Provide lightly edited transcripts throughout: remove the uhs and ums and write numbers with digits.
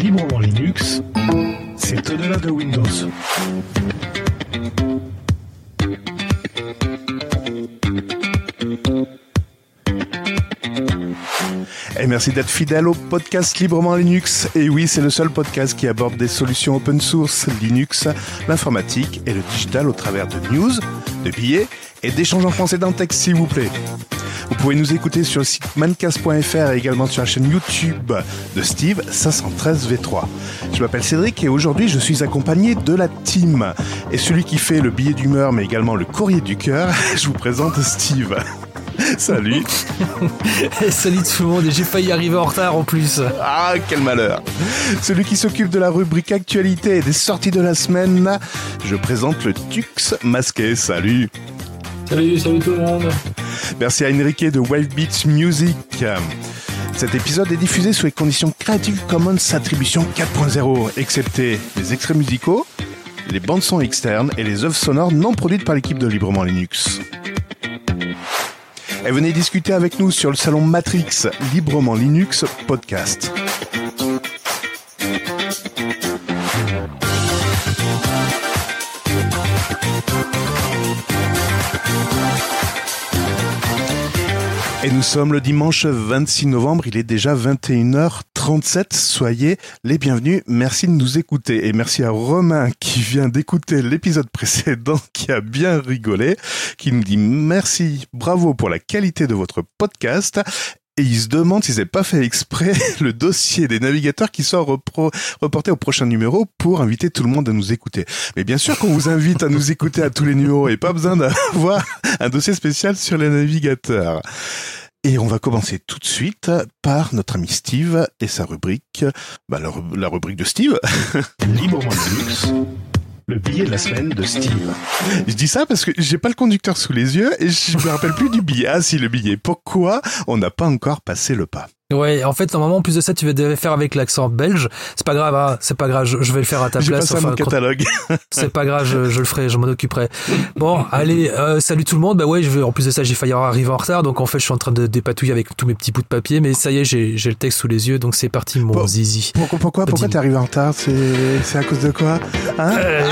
Librement Linux, c'est au-delà de Windows. Et merci d'être fidèle au podcast Librement Linux. Et oui, c'est le seul podcast qui aborde des solutions open source, Linux, l'informatique et le digital au travers de news, de billets et d'échanges en français d'un texte, s'il vous plaît. Vous pouvez nous écouter sur le site mancast.fr et également sur la chaîne YouTube de Steve 513V3. Je m'appelle Cédric et aujourd'hui je suis accompagné de la team. Et celui qui fait le billet d'humeur mais également le courrier du cœur, je vous présente Steve. Salut. Salut tout le monde, et j'ai failli arriver en retard en plus. Ah, quel malheur. Celui qui s'occupe de la rubrique actualité et des sorties de la semaine, je présente le Tux masqué. Salut. Salut tout le monde. Merci à Enrique de Wave Beats Music. Cet épisode est diffusé sous les conditions Creative Commons Attribution 4.0, excepté les extraits musicaux, les bandes son externes et les œuvres sonores non produites par l'équipe de Librement Linux. Et venez discuter avec nous sur le salon Matrix Librement Linux Podcast. Et nous sommes le dimanche 26 novembre, il est déjà 21h37, soyez les bienvenus, merci de nous écouter. Et merci à Romain qui vient d'écouter l'épisode précédent, qui a bien rigolé, qui nous dit merci, bravo pour la qualité de votre podcast. Et il se demande si c'est pas fait exprès le dossier des navigateurs qui soit reporté au prochain numéro pour inviter tout le monde à nous écouter. Mais bien sûr qu'on vous invite à nous écouter à tous les numéros et pas besoin d'avoir un dossier spécial sur les navigateurs. Et on va commencer tout de suite par notre ami Steve et sa rubrique, la rubrique de Steve. Librement Linux, le billet de la semaine de Steve. Je dis ça parce que j'ai pas le conducteur sous les yeux et je me rappelle plus du billet. Ah si, le billet. Pourquoi on n'a pas encore passé le pas? Ouais, en fait, normalement, en plus de ça, tu devais faire avec l'accent belge. C'est pas grave, hein, c'est pas grave, je vais le faire à ta j'ai place. J'ai passé mon catalogue. C'est pas grave, je le ferai, je m'en occuperai. Bon, allez, salut tout le monde. Bah ouais, en plus de ça, j'ai failli arriver en retard, donc en fait, je suis en train de dépatouiller avec tous mes petits bouts de papier, mais ça y est, j'ai le texte sous les yeux, donc c'est parti, mon zizi. Pourquoi t'es arrivé en retard? C'est à cause de quoi? Hein?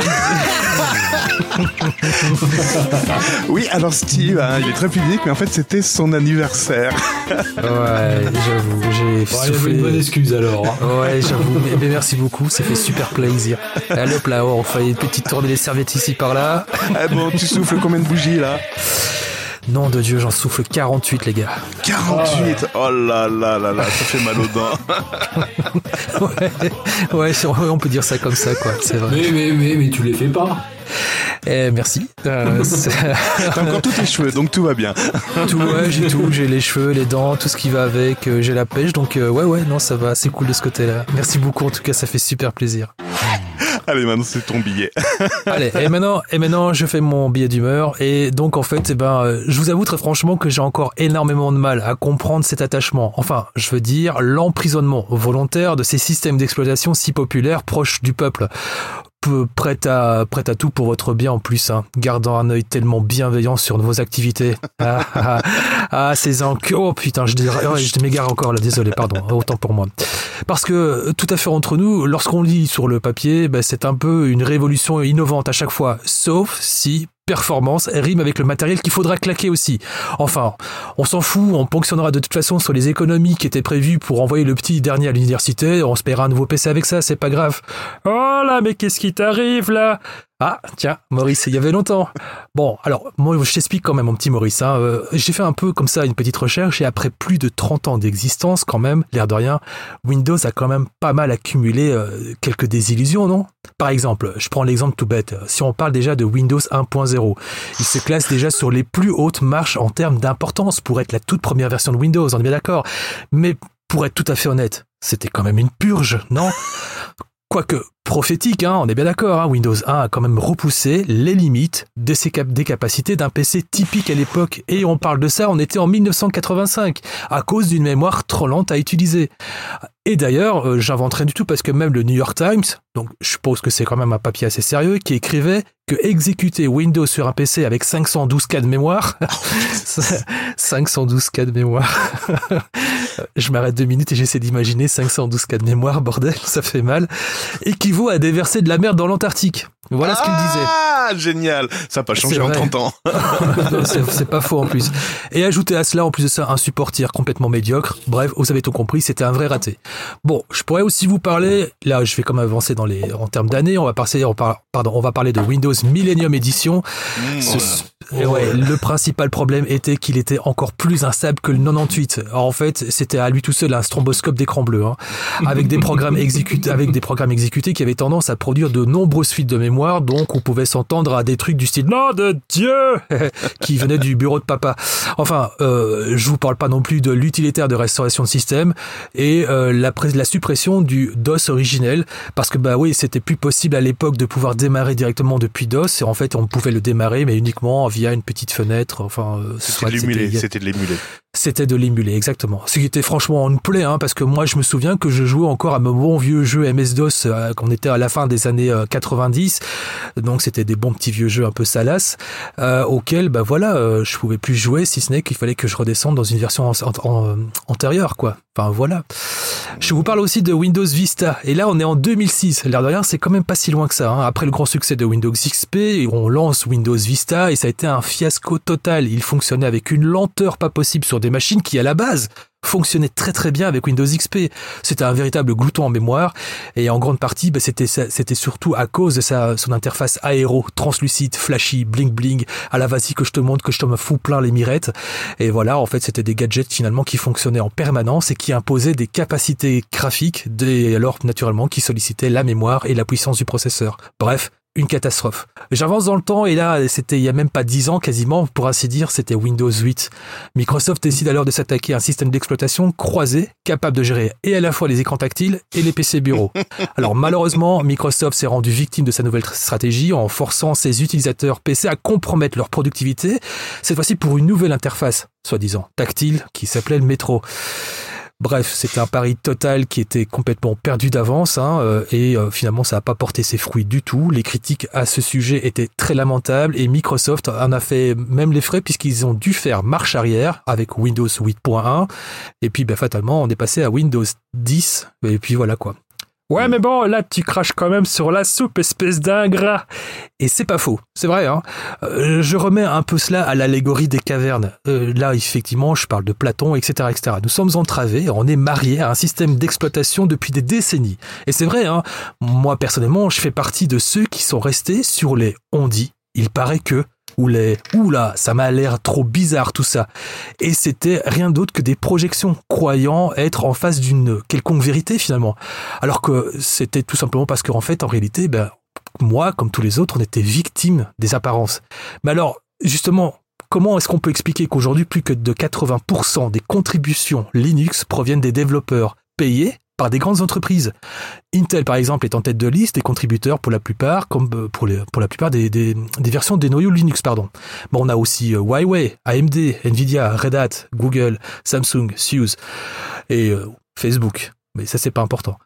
Oui, alors Steve, hein, il est très public, mais en fait, c'était son anniversaire. Ouais, j'avoue. J'ai soufflé. Une bonne excuse alors. Ouais, j'avoue. Mais merci beaucoup, ça fait super plaisir. Allez hop là, on fait une petite tournée des serviettes ici par là. Ah bon, tu souffles combien de bougies là? Nom de Dieu, j'en souffle 48 les gars. 48 Oh là là là là, ça fait mal aux dents. Ouais, on peut dire ça comme ça quoi, c'est vrai. Mais tu les fais pas. Merci. T'as encore tous tes cheveux, donc tout va bien. J'ai tout. J'ai les cheveux, les dents, tout ce qui va avec. J'ai la pêche, donc non, ça va, c'est cool de ce côté-là. Merci beaucoup, en tout cas, ça fait super plaisir. Allez, maintenant c'est ton billet. Allez, et maintenant, je fais mon billet d'humeur. Et donc, en fait, je vous avoue très franchement que j'ai encore énormément de mal à comprendre cet attachement. Enfin, je veux dire, l'emprisonnement volontaire de ces systèmes d'exploitation si populaires, proches du peuple. Prête à tout pour votre bien en plus, hein, gardant un œil tellement bienveillant sur vos activités. Ces oh putain, je m'égare encore là, désolé, pardon, autant pour moi. Parce que, tout à fait entre nous, lorsqu'on lit sur le papier, c'est un peu une révolution innovante à chaque fois, sauf si performance rime avec le matériel qu'il faudra claquer aussi. Enfin, on s'en fout, on ponctionnera de toute façon sur les économies qui étaient prévues pour envoyer le petit dernier à l'université, on se paiera un nouveau PC avec ça, c'est pas grave. Oh là, mais qu'est-ce qui t'arrive là? Ah, tiens, Maurice, il y avait longtemps. Bon, alors, moi, je t'explique quand même, mon petit Maurice. J'ai fait un peu comme ça une petite recherche et après plus de 30 ans d'existence, quand même, l'air de rien, Windows a quand même pas mal accumulé quelques désillusions, non? Par exemple, je prends l'exemple tout bête. Si on parle déjà de Windows 1.0, il se classe déjà sur les plus hautes marches en termes d'importance pour être la toute première version de Windows, on est bien d'accord. Mais pour être tout à fait honnête, c'était quand même une purge, non? Quoique prophétique, on est bien d'accord, Windows 1 a quand même repoussé les limites des capacités d'un PC typique à l'époque. Et on parle de ça, on était en 1985, à cause d'une mémoire trop lente à utiliser. Et d'ailleurs, j'invente rien du tout parce que même le New York Times, donc je suppose que c'est quand même un papier assez sérieux, qui écrivait que exécuter Windows sur un PC avec 512 K de mémoire, 512 K de mémoire, Je m'arrête 2 minutes et j'essaie d'imaginer 512 cas de mémoire, bordel, ça fait mal, équivaut à déverser de la merde dans l'Antarctique. Voilà ce qu'il disait. Ah, génial. Ça n'a pas changé en 30 ans. c'est pas faux en plus. Et ajouter à cela, en plus de ça, un support tiers complètement médiocre. Bref, vous avez tout compris, c'était un vrai raté. Bon, je pourrais aussi vous parler, là je vais comme avancer en termes d'années, on va parler de Windows Millennium Edition. Le principal problème était qu'il était encore plus instable que le 98. Alors, en fait, c'était à lui tout seul un stromboscope d'écran bleu, hein, avec des programmes exécutés qui avaient tendance à produire de nombreuses fuites de mémoire. Donc on pouvait s'entendre à des trucs du style « Nom de Dieu !» qui venaient du bureau de papa. Enfin, je vous parle pas non plus de l'utilitaire de restauration de système et la suppression du DOS originel, parce que c'était plus possible à l'époque de pouvoir démarrer directement depuis DOS, et en fait on pouvait le démarrer mais uniquement via une petite fenêtre. Enfin, c'était de l'émuler. C'était de l'émuler, exactement. Ce qui était franchement une plaie, hein, parce que moi je me souviens que je jouais encore à mon bon vieux jeu MS-DOS quand on était à la fin des années 90. Donc c'était des bons petits vieux jeux un peu salaces auxquels je pouvais plus jouer, si ce n'est qu'il fallait que je redescende dans une version antérieure, quoi. Enfin voilà. Je vous parle aussi de Windows Vista, et là on est en 2006. L'air de rien, c'est quand même pas si loin que ça, hein. Après le grand succès de Windows XP, on lance Windows Vista et ça a été un fiasco total. Il fonctionnait avec une lenteur pas possible sur des machines qui à la base fonctionnait très très bien avec Windows XP. C'était un véritable glouton en mémoire, et en grande partie c'était surtout à cause de son interface aéro, translucide, flashy, bling bling, à la vas-y que je te montre, que je te me fous plein les mirettes. Et voilà, en fait c'était des gadgets finalement qui fonctionnaient en permanence et qui imposaient des capacités graphiques, alors naturellement qui sollicitaient la mémoire et la puissance du processeur. Bref, une catastrophe. J'avance dans le temps et là, c'était il y a même pas 10 ans quasiment, pour ainsi dire, c'était Windows 8. Microsoft décide alors de s'attaquer à un système d'exploitation croisé, capable de gérer et à la fois les écrans tactiles et les PC bureaux. Alors malheureusement, Microsoft s'est rendu victime de sa nouvelle stratégie en forçant ses utilisateurs PC à compromettre leur productivité, cette fois-ci pour une nouvelle interface, soi-disant tactile, qui s'appelait le Metro. Bref, c'était un pari total qui était complètement perdu d'avance, et finalement ça n'a pas porté ses fruits du tout. Les critiques à ce sujet étaient très lamentables et Microsoft en a fait même les frais puisqu'ils ont dû faire marche arrière avec Windows 8.1 et puis fatalement on est passé à Windows 10 et puis voilà quoi. Ouais, mais bon, là, tu craches quand même sur la soupe, espèce d'ingrat. Et c'est pas faux, c'est vrai, hein. Je remets un peu cela à l'allégorie des cavernes. Là, effectivement, je parle de Platon, etc., etc. Nous sommes entravés, on est mariés à un système d'exploitation depuis des décennies. Et c'est vrai, hein. Moi, personnellement, je fais partie de ceux qui sont restés sur les on dit, il paraît que, oula, ça m'a l'air trop bizarre tout ça. Et c'était rien d'autre que des projections, croyant être en face d'une quelconque vérité finalement. Alors que c'était tout simplement parce qu'en fait, en réalité, moi, comme tous les autres, on était victimes des apparences. Mais alors, justement, comment est-ce qu'on peut expliquer qu'aujourd'hui, plus que de 80% des contributions Linux proviennent des développeurs payés par des grandes entreprises? Intel, par exemple, est en tête de liste des contributeurs pour la plupart, comme pour la plupart des versions des noyaux Linux, pardon. Bon, on a aussi Huawei, AMD, Nvidia, Red Hat, Google, Samsung, SUSE et Facebook. Mais ça, c'est pas important.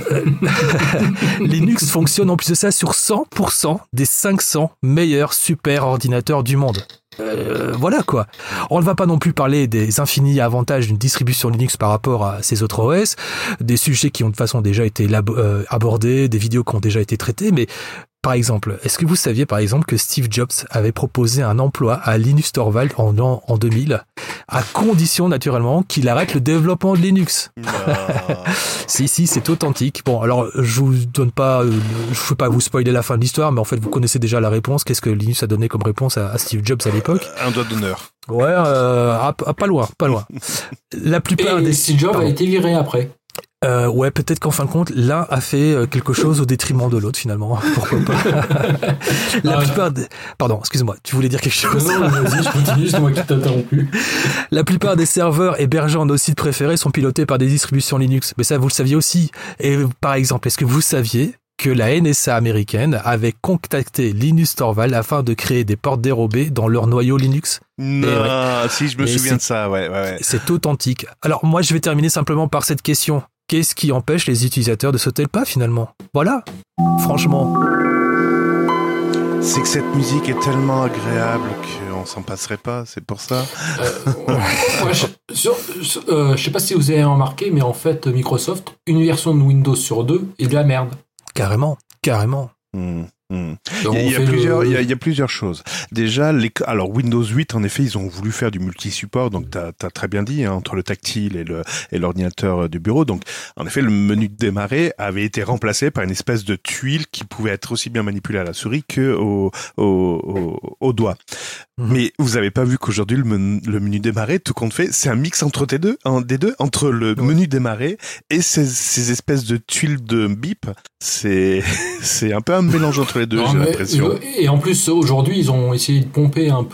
Linux fonctionne en plus de ça sur 100% des 500 meilleurs super ordinateurs du monde. Voilà quoi. On ne va pas non plus parler des infinis avantages d'une distribution Linux par rapport à ses autres OS, des sujets qui ont de façon déjà été abordés, des vidéos qui ont déjà été traitées, mais par exemple, est-ce que vous saviez par exemple que Steve Jobs avait proposé un emploi à Linus Torvalds en 2000, à condition naturellement qu'il arrête le développement de Linux? Si, c'est authentique. Bon, alors je vous donne pas, je ne veux pas vous spoiler la fin de l'histoire, mais en fait vous connaissez déjà la réponse. Qu'est-ce que Linus a donné comme réponse à Steve Jobs à l'époque? Un doigt d'honneur. Ouais, pas loin. La plupart des Steve Jobs a été viré après. Ouais, peut-être qu'en fin de compte, l'un a fait quelque chose au détriment de l'autre, finalement. Pourquoi pas. Pardon, excuse-moi, tu voulais dire quelque chose? Non, vas-y, je continue, c'est moi qui t'ai interrompu. La plupart des serveurs hébergeant nos sites préférés sont pilotés par des distributions Linux. Mais ça, vous le saviez aussi. Et par exemple, est-ce que vous saviez que la NSA américaine avait contacté Linus Torvalds afin de créer des portes dérobées dans leur noyau Linux? Non, si, je me souviens de ça, ouais. C'est authentique. Alors, moi, je vais terminer simplement par cette question. Qu'est-ce qui empêche les utilisateurs de sauter le pas, finalement? Voilà, franchement. C'est que cette musique est tellement agréable on s'en passerait pas, c'est pour ça. Je sais pas si vous avez remarqué, mais en fait, Microsoft, une version de Windows sur 2 est de la merde. Carrément. Donc, Il y a plusieurs choses. Déjà, alors Windows 8, en effet, ils ont voulu faire du multi-support, donc t'as très bien dit, hein, entre le tactile et l'ordinateur du bureau. Donc, en effet, le menu de démarrer avait été remplacé par une espèce de tuile qui pouvait être aussi bien manipulée à la souris que au doigt. Mais vous avez pas vu qu'aujourd'hui, le menu démarrer, tout compte fait, c'est un mix entre des deux, entre le menu démarrer et ces espèces de tuiles de bip. C'est un peu un mélange entre les deux, j'ai l'impression. Et en plus, aujourd'hui, ils ont essayé de pomper un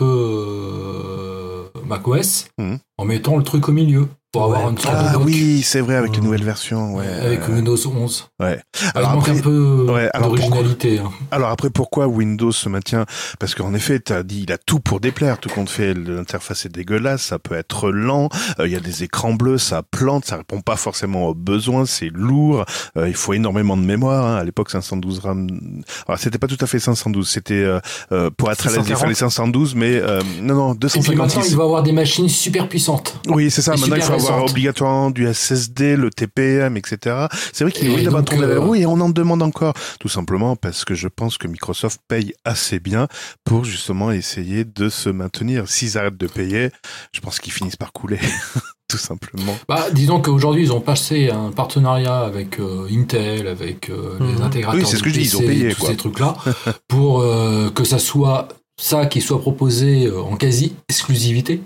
peu macOS en mettant le truc au milieu pour avoir une sorte de dock. Oui, c'est vrai, avec les nouvelles versions. Ouais. Avec Windows 11. Ouais. Alors il manque un peu d'originalité. Alors après, pourquoi Windows se maintient? Parce qu'en effet, t'as dit, il a tout pour déplaire. Tout compte fait, l'interface est dégueulasse, ça peut être lent, il y a des écrans bleus, ça plante, ça répond pas forcément aux besoins, c'est lourd, il faut énormément de mémoire. Hein. À l'époque, 512 RAM. Alors c'était pas tout à fait 512, c'était pour être à l'aise, il fallait 512, mais non, 256. Et puis maintenant, il va avoir des machines super puissantes. Oui, c'est ça. Maintenant, il faut avoir obligatoirement du SSD, le TPM, etc. C'est vrai qu'il y a eu un tour de la roue et on en demande encore. Tout simplement parce que je pense que Microsoft paye assez bien pour justement essayer de se maintenir. S'ils arrêtent de payer, je pense qu'ils finissent par couler. Tout simplement. Disons qu'aujourd'hui, ils ont passé un partenariat avec Intel, avec les intégrateurs oui, c'est ce que de PC, je dis, ils ont payé, tous ces trucs-là, pour que ça soit ça qui soit proposé en quasi-exclusivité.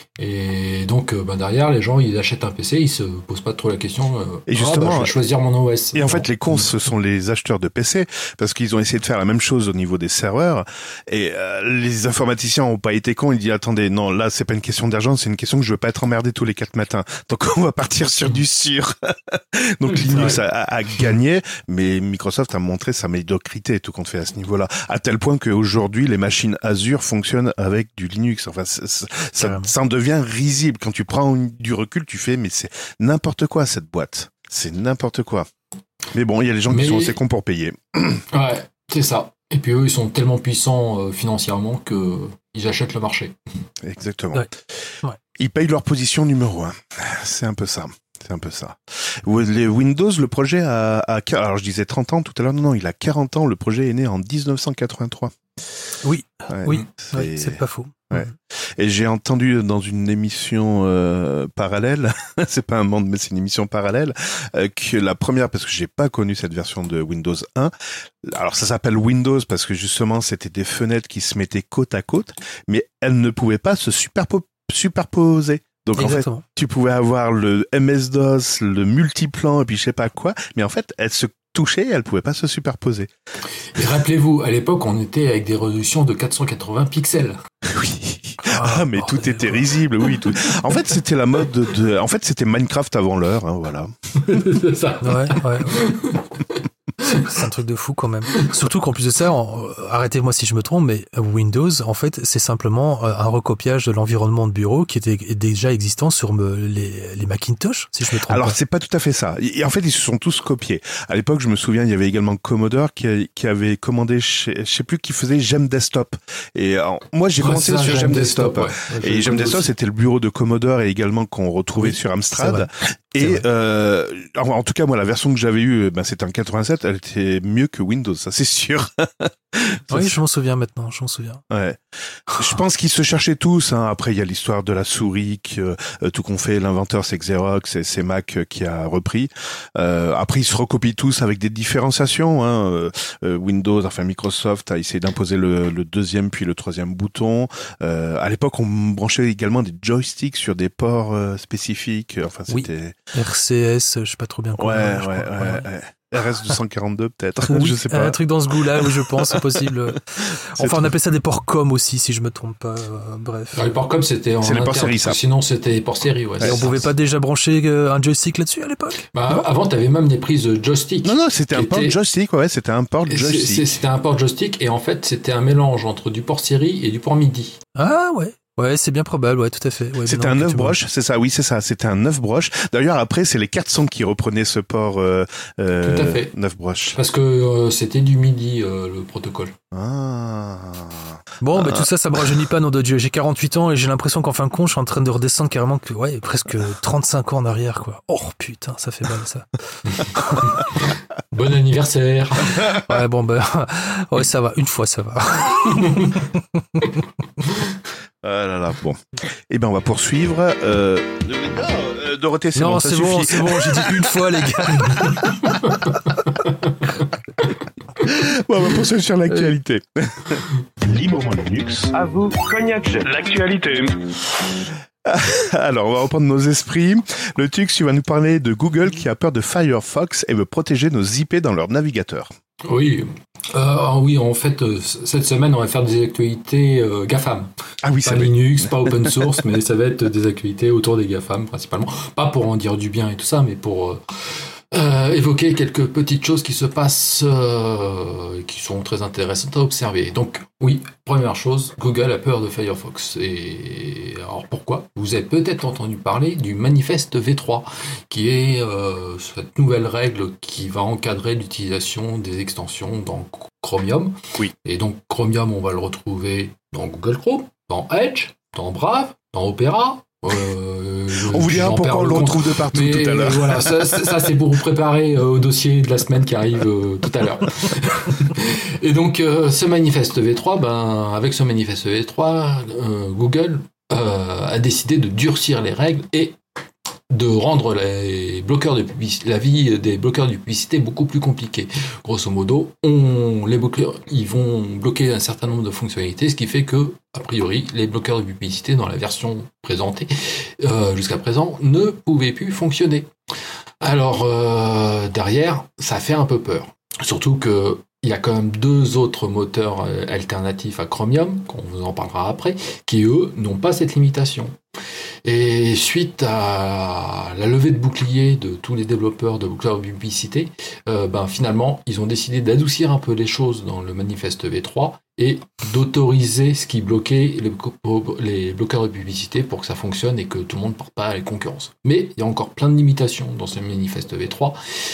Et donc, derrière, les gens, ils achètent un PC, ils se posent pas trop la question. Et justement, je vais choisir mon OS. Et en fait, les cons, ce sont les acheteurs de PC, parce qu'ils ont essayé de faire la même chose au niveau des serveurs. Et les informaticiens ont pas été cons. Ils disent, attendez, non, là, c'est pas une question d'argent, c'est une question que je veux pas être emmerdé tous les 4 matins. Donc, on va partir sur du sûr. Donc, Linux a gagné, mais Microsoft a montré sa médiocrité, tout compte fait à ce niveau-là. À tel point qu'aujourd'hui, les machines Azure fonctionnent avec du Linux. Enfin, ça en devient risible. Quand tu prends du recul, tu fais, mais c'est n'importe quoi, cette boîte. C'est n'importe quoi. Mais bon, il y a les gens qui sont assez cons pour payer. Ouais, c'est ça. Et puis eux, ils sont tellement puissants financièrement que ils achètent le marché. Exactement. Ouais. Ils payent leur position numéro 1. C'est un peu ça. C'est un peu ça. Les Windows, le projet alors je disais 30 ans tout à l'heure, non, il a 40 ans, le projet est né en 1983. Oui, ouais, oui, c'est pas faux. Ouais. Et j'ai entendu dans une émission parallèle, c'est pas un monde mais c'est une émission parallèle, que la première, parce que j'ai pas connu cette version de Windows 1, alors ça s'appelle Windows parce que justement c'était des fenêtres qui se mettaient côte à côte, mais elles ne pouvaient pas se superposer. Donc exactement. En fait, tu pouvais avoir le MS-DOS, le multiplan et puis je sais pas quoi, mais en fait, elles se touchaient et elles pouvaient pas se superposer. Et rappelez-vous, à l'époque, on était avec des résolutions de 480 pixels. Oui. Mais tout était risible, oui. Tout. En fait, c'était la mode en fait, c'était Minecraft avant l'heure, hein, voilà. C'est ça. Ouais. C'est un truc de fou quand même. Surtout qu'en plus de ça, arrêtez-moi si je me trompe, mais Windows, en fait, c'est simplement un recopiage de l'environnement de bureau qui était déjà existant sur les Macintosh, si je me trompe. Alors, c'est pas tout à fait ça. Et en fait, ils se sont tous copiés. À l'époque, je me souviens, il y avait également Commodore qui avait commandé, je sais plus qui faisait Gem Desktop. Et moi, j'ai commencé sur Gem Desktop. Ouais. Et Gem Desktop, c'était le bureau de Commodore et également qu'on retrouvait sur Amstrad. Et en tout cas, moi, la version que j'avais eue, c'était en 87, elle était mieux que Windows, ça c'est sûr. Oui, je m'en souviens maintenant, Ouais. Je pense qu'ils se cherchaient tous. Hein. Après, il y a l'histoire de la souris, tout qu'on fait. L'inventeur, c'est Xerox, et c'est Mac qui a repris. Après, ils se recopient tous avec des différenciations. Hein. Windows, enfin Microsoft a essayé d'imposer le deuxième puis le troisième bouton. À l'époque, on branchait également des joysticks sur des ports spécifiques. Enfin, c'était RCS, je sais pas trop bien quoi. Ouais. RS242 peut-être, oui, je sais pas. Un truc dans ce goût-là, oui, je pense, c'est possible. Enfin, on appelait ça des ports com aussi, si je me trompe pas. Bref. Alors, les ports com, c'était en les ports série, ça. Sinon, c'était les ports série, ouais. Et on pouvait pas déjà brancher un joystick là-dessus à l'époque? Avant, t'avais même des prises joystick. Non, c'était un port joystick, ouais, c'était un port joystick. C'était un port joystick, et en fait, c'était un mélange entre du port série et du port MIDI. Ah, ouais. Ouais, c'est bien probable, ouais, tout à fait. Ouais, c'était un 9 broches, c'est ça, oui, c'est ça, c'était un 9 broches. D'ailleurs, après, c'est les 400 qui reprenaient ce port tout à fait. 9 broches. Parce que c'était du MIDI, le protocole. Ah. Bon, tout ça me rajeunit pas, nom de Dieu. J'ai 48 ans et j'ai l'impression qu'en fin de compte, je suis en train de redescendre carrément presque 35 ans en arrière, quoi. Oh putain, ça fait mal, ça. Bon anniversaire. Ouais, bon, ouais, ça va. Une fois, ça va. Ah là là, bon. Eh ben, on va poursuivre. Dorothée, c'est bon, ça suffit. Non, c'est bon, j'ai dit une fois, les gars. Bon, on va poursuivre sur l'actualité. Librement Linux. À vous, Cognac, l'actualité. Alors, on va reprendre nos esprits. Le Tux, tu vas nous parler de Google qui a peur de Firefox et veut protéger nos IP dans leur navigateur. Oui. Oui, en fait, cette semaine, on va faire des actualités GAFAM. Ah oui, pas Linux, pas open source, mais ça va être des actualités autour des GAFAM, principalement. Pas pour en dire du bien et tout ça, mais pour évoquer quelques petites choses qui se passent et qui sont très intéressantes à observer. Donc, oui, première chose, Google a peur de Firefox. Et alors pourquoi ? Vous avez peut-être entendu parler du manifeste V3, qui est cette nouvelle règle qui va encadrer l'utilisation des extensions dans Chromium. Oui. Et donc, Chromium, on va le retrouver dans Google Chrome, dans Edge, dans Brave, dans Opera. On vous dira pourquoi on le retrouve de partout tout à l'heure. Voilà, ça c'est pour vous préparer au dossier de la semaine qui arrive tout à l'heure. Et donc ce manifeste V3, avec ce manifeste V3, Google a décidé de durcir les règles et de rendre les bloqueurs de la vie des bloqueurs de publicité beaucoup plus compliquée. Grosso modo, les bloqueurs, ils vont bloquer un certain nombre de fonctionnalités, ce qui fait que, a priori, les bloqueurs de publicité dans la version présentée jusqu'à présent ne pouvaient plus fonctionner. Alors derrière, ça fait un peu peur. Surtout que il y a quand même 2 autres moteurs alternatifs à Chromium, qu'on vous en parlera après, qui eux n'ont pas cette limitation. Et suite à la levée de bouclier de tous les développeurs de bloqueurs de publicité, finalement, ils ont décidé d'adoucir un peu les choses dans le manifeste V3 et d'autoriser ce qui bloquait les bloqueurs de publicité pour que ça fonctionne et que tout le monde ne parte pas à la concurrence. Mais il y a encore plein de limitations dans ce manifeste V3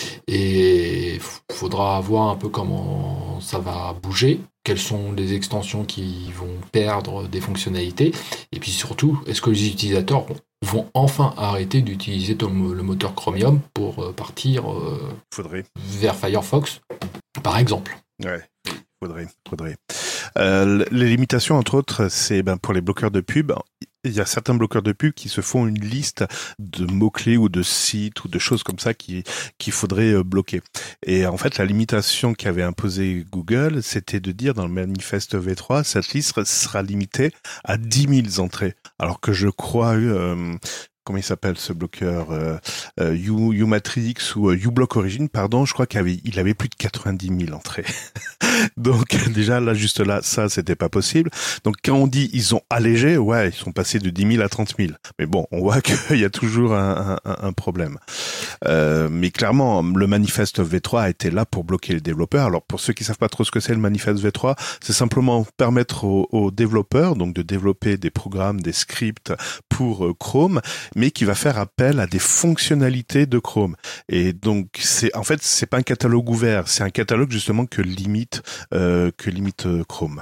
et il faudra voir un peu comment ça va bouger. Quelles sont les extensions qui vont perdre des fonctionnalités, et puis surtout, est-ce que les utilisateurs vont enfin arrêter d'utiliser le moteur Chromium pour partir vers Firefox, par exemple. Ouais, faudrait. Les limitations, entre autres, c'est pour les bloqueurs de pub. Il y a certains bloqueurs de pub qui se font une liste de mots-clés ou de sites ou de choses comme ça qu'il faudrait bloquer. Et en fait, la limitation qu'avait imposée Google, c'était de dire dans le manifeste V3, cette liste sera limitée à 10 000 entrées. Alors que je crois... comment il s'appelle ce bloqueur uMatrix ou uBlock Origin, pardon, je crois qu'il avait plus de 90 000 entrées. Donc déjà là, juste là, ça c'était pas possible. Donc quand on dit ils ont allégé, ouais, ils sont passés de 10 000 à 30 000. Mais bon, on voit qu'il y a toujours un problème. Mais clairement, le manifeste V3 a été là pour bloquer les développeurs. Alors pour ceux qui savent pas trop ce que c'est le manifeste V3, c'est simplement permettre aux développeurs donc de développer des programmes, des scripts pour Chrome, mais qui va faire appel à des fonctionnalités de Chrome. Et donc c'est pas un catalogue ouvert, c'est un catalogue justement que limite Chrome.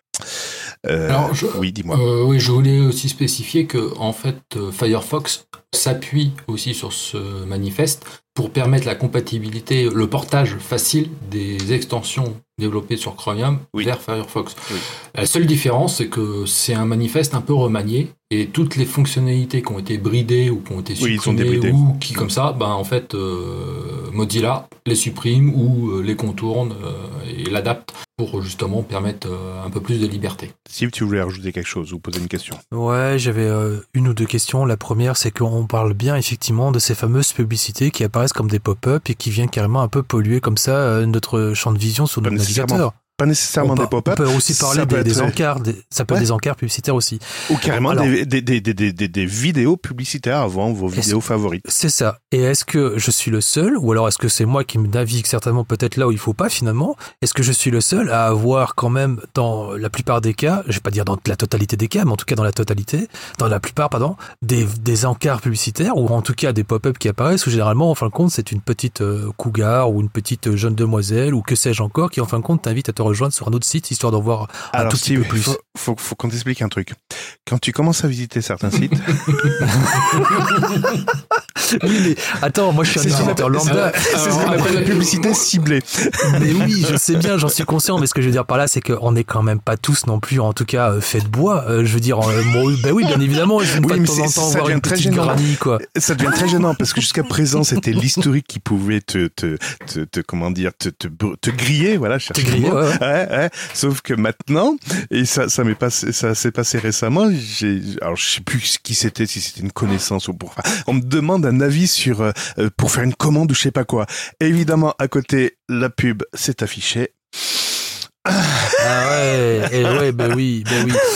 Oui, dis-moi. Oui, je voulais aussi spécifier que en fait Firefox s'appuie aussi sur ce manifeste pour permettre la compatibilité, le portage facile des extensions développées sur Chromium vers Firefox. Oui. La seule différence, c'est que c'est un manifeste un peu remanié et toutes les fonctionnalités qui ont été bridées ou qui ont été supprimées ou qui comme ça, en fait, Mozilla les supprime ou les contourne et l'adapte pour justement permettre un peu plus de liberté. Steve, tu voulais rajouter quelque chose ou poser une question ? Ouais, j'avais une ou deux questions. La première, c'est qu'on parle bien effectivement de ces fameuses publicités qui apparaissent comme des pop-up et qui viennent carrément un peu polluer comme ça notre champ de vision sur notre navigateur. Pas nécessairement des pop-up. On peut aussi parler des encarts, ça peut être des encarts publicitaires aussi. Ou carrément des vidéos publicitaires avant vos vidéos favorites. C'est ça. Et est-ce que je suis le seul, ou alors est-ce que c'est moi qui me navigue certainement peut-être là où il faut pas finalement ? Est-ce que je suis le seul à avoir quand même dans la plupart des cas, je vais pas dire dans la totalité des cas, mais en tout cas dans la plupart, des encarts publicitaires ou en tout cas des pop-up qui apparaissent où généralement en fin de compte c'est une petite cougar ou une petite jeune demoiselle ou que sais-je encore qui en fin de compte t'invite à te rejoindre sur un autre site, histoire d'en voir un tout petit peu plus. Faut qu'on t'explique un truc. Quand tu commences à visiter certains sites... Oui, mais attends, moi je suis un utilisateur lambda. C'est ce qu'on appelle la publicité ciblée. Mais oui, je sais bien, j'en suis conscient, mais ce que je veux dire par là, c'est qu'on n'est quand même pas tous non plus, en tout cas, faits de bois. Je veux dire, ben oui, bien évidemment, je ne de temps en temps voir une petite granny, quoi. Ça devient très gênant, parce que jusqu'à présent, c'était l'historique qui pouvait te griller, voilà, chercher te griller, ouais. Sauf que maintenant, et ça s'est passé récemment, alors je sais plus qui c'était, si c'était une connaissance ou pour, on me demande un avis sur, pour faire une commande ou je sais pas quoi. Évidemment, à côté, la pub s'est affichée. Ah ouais, ben oui.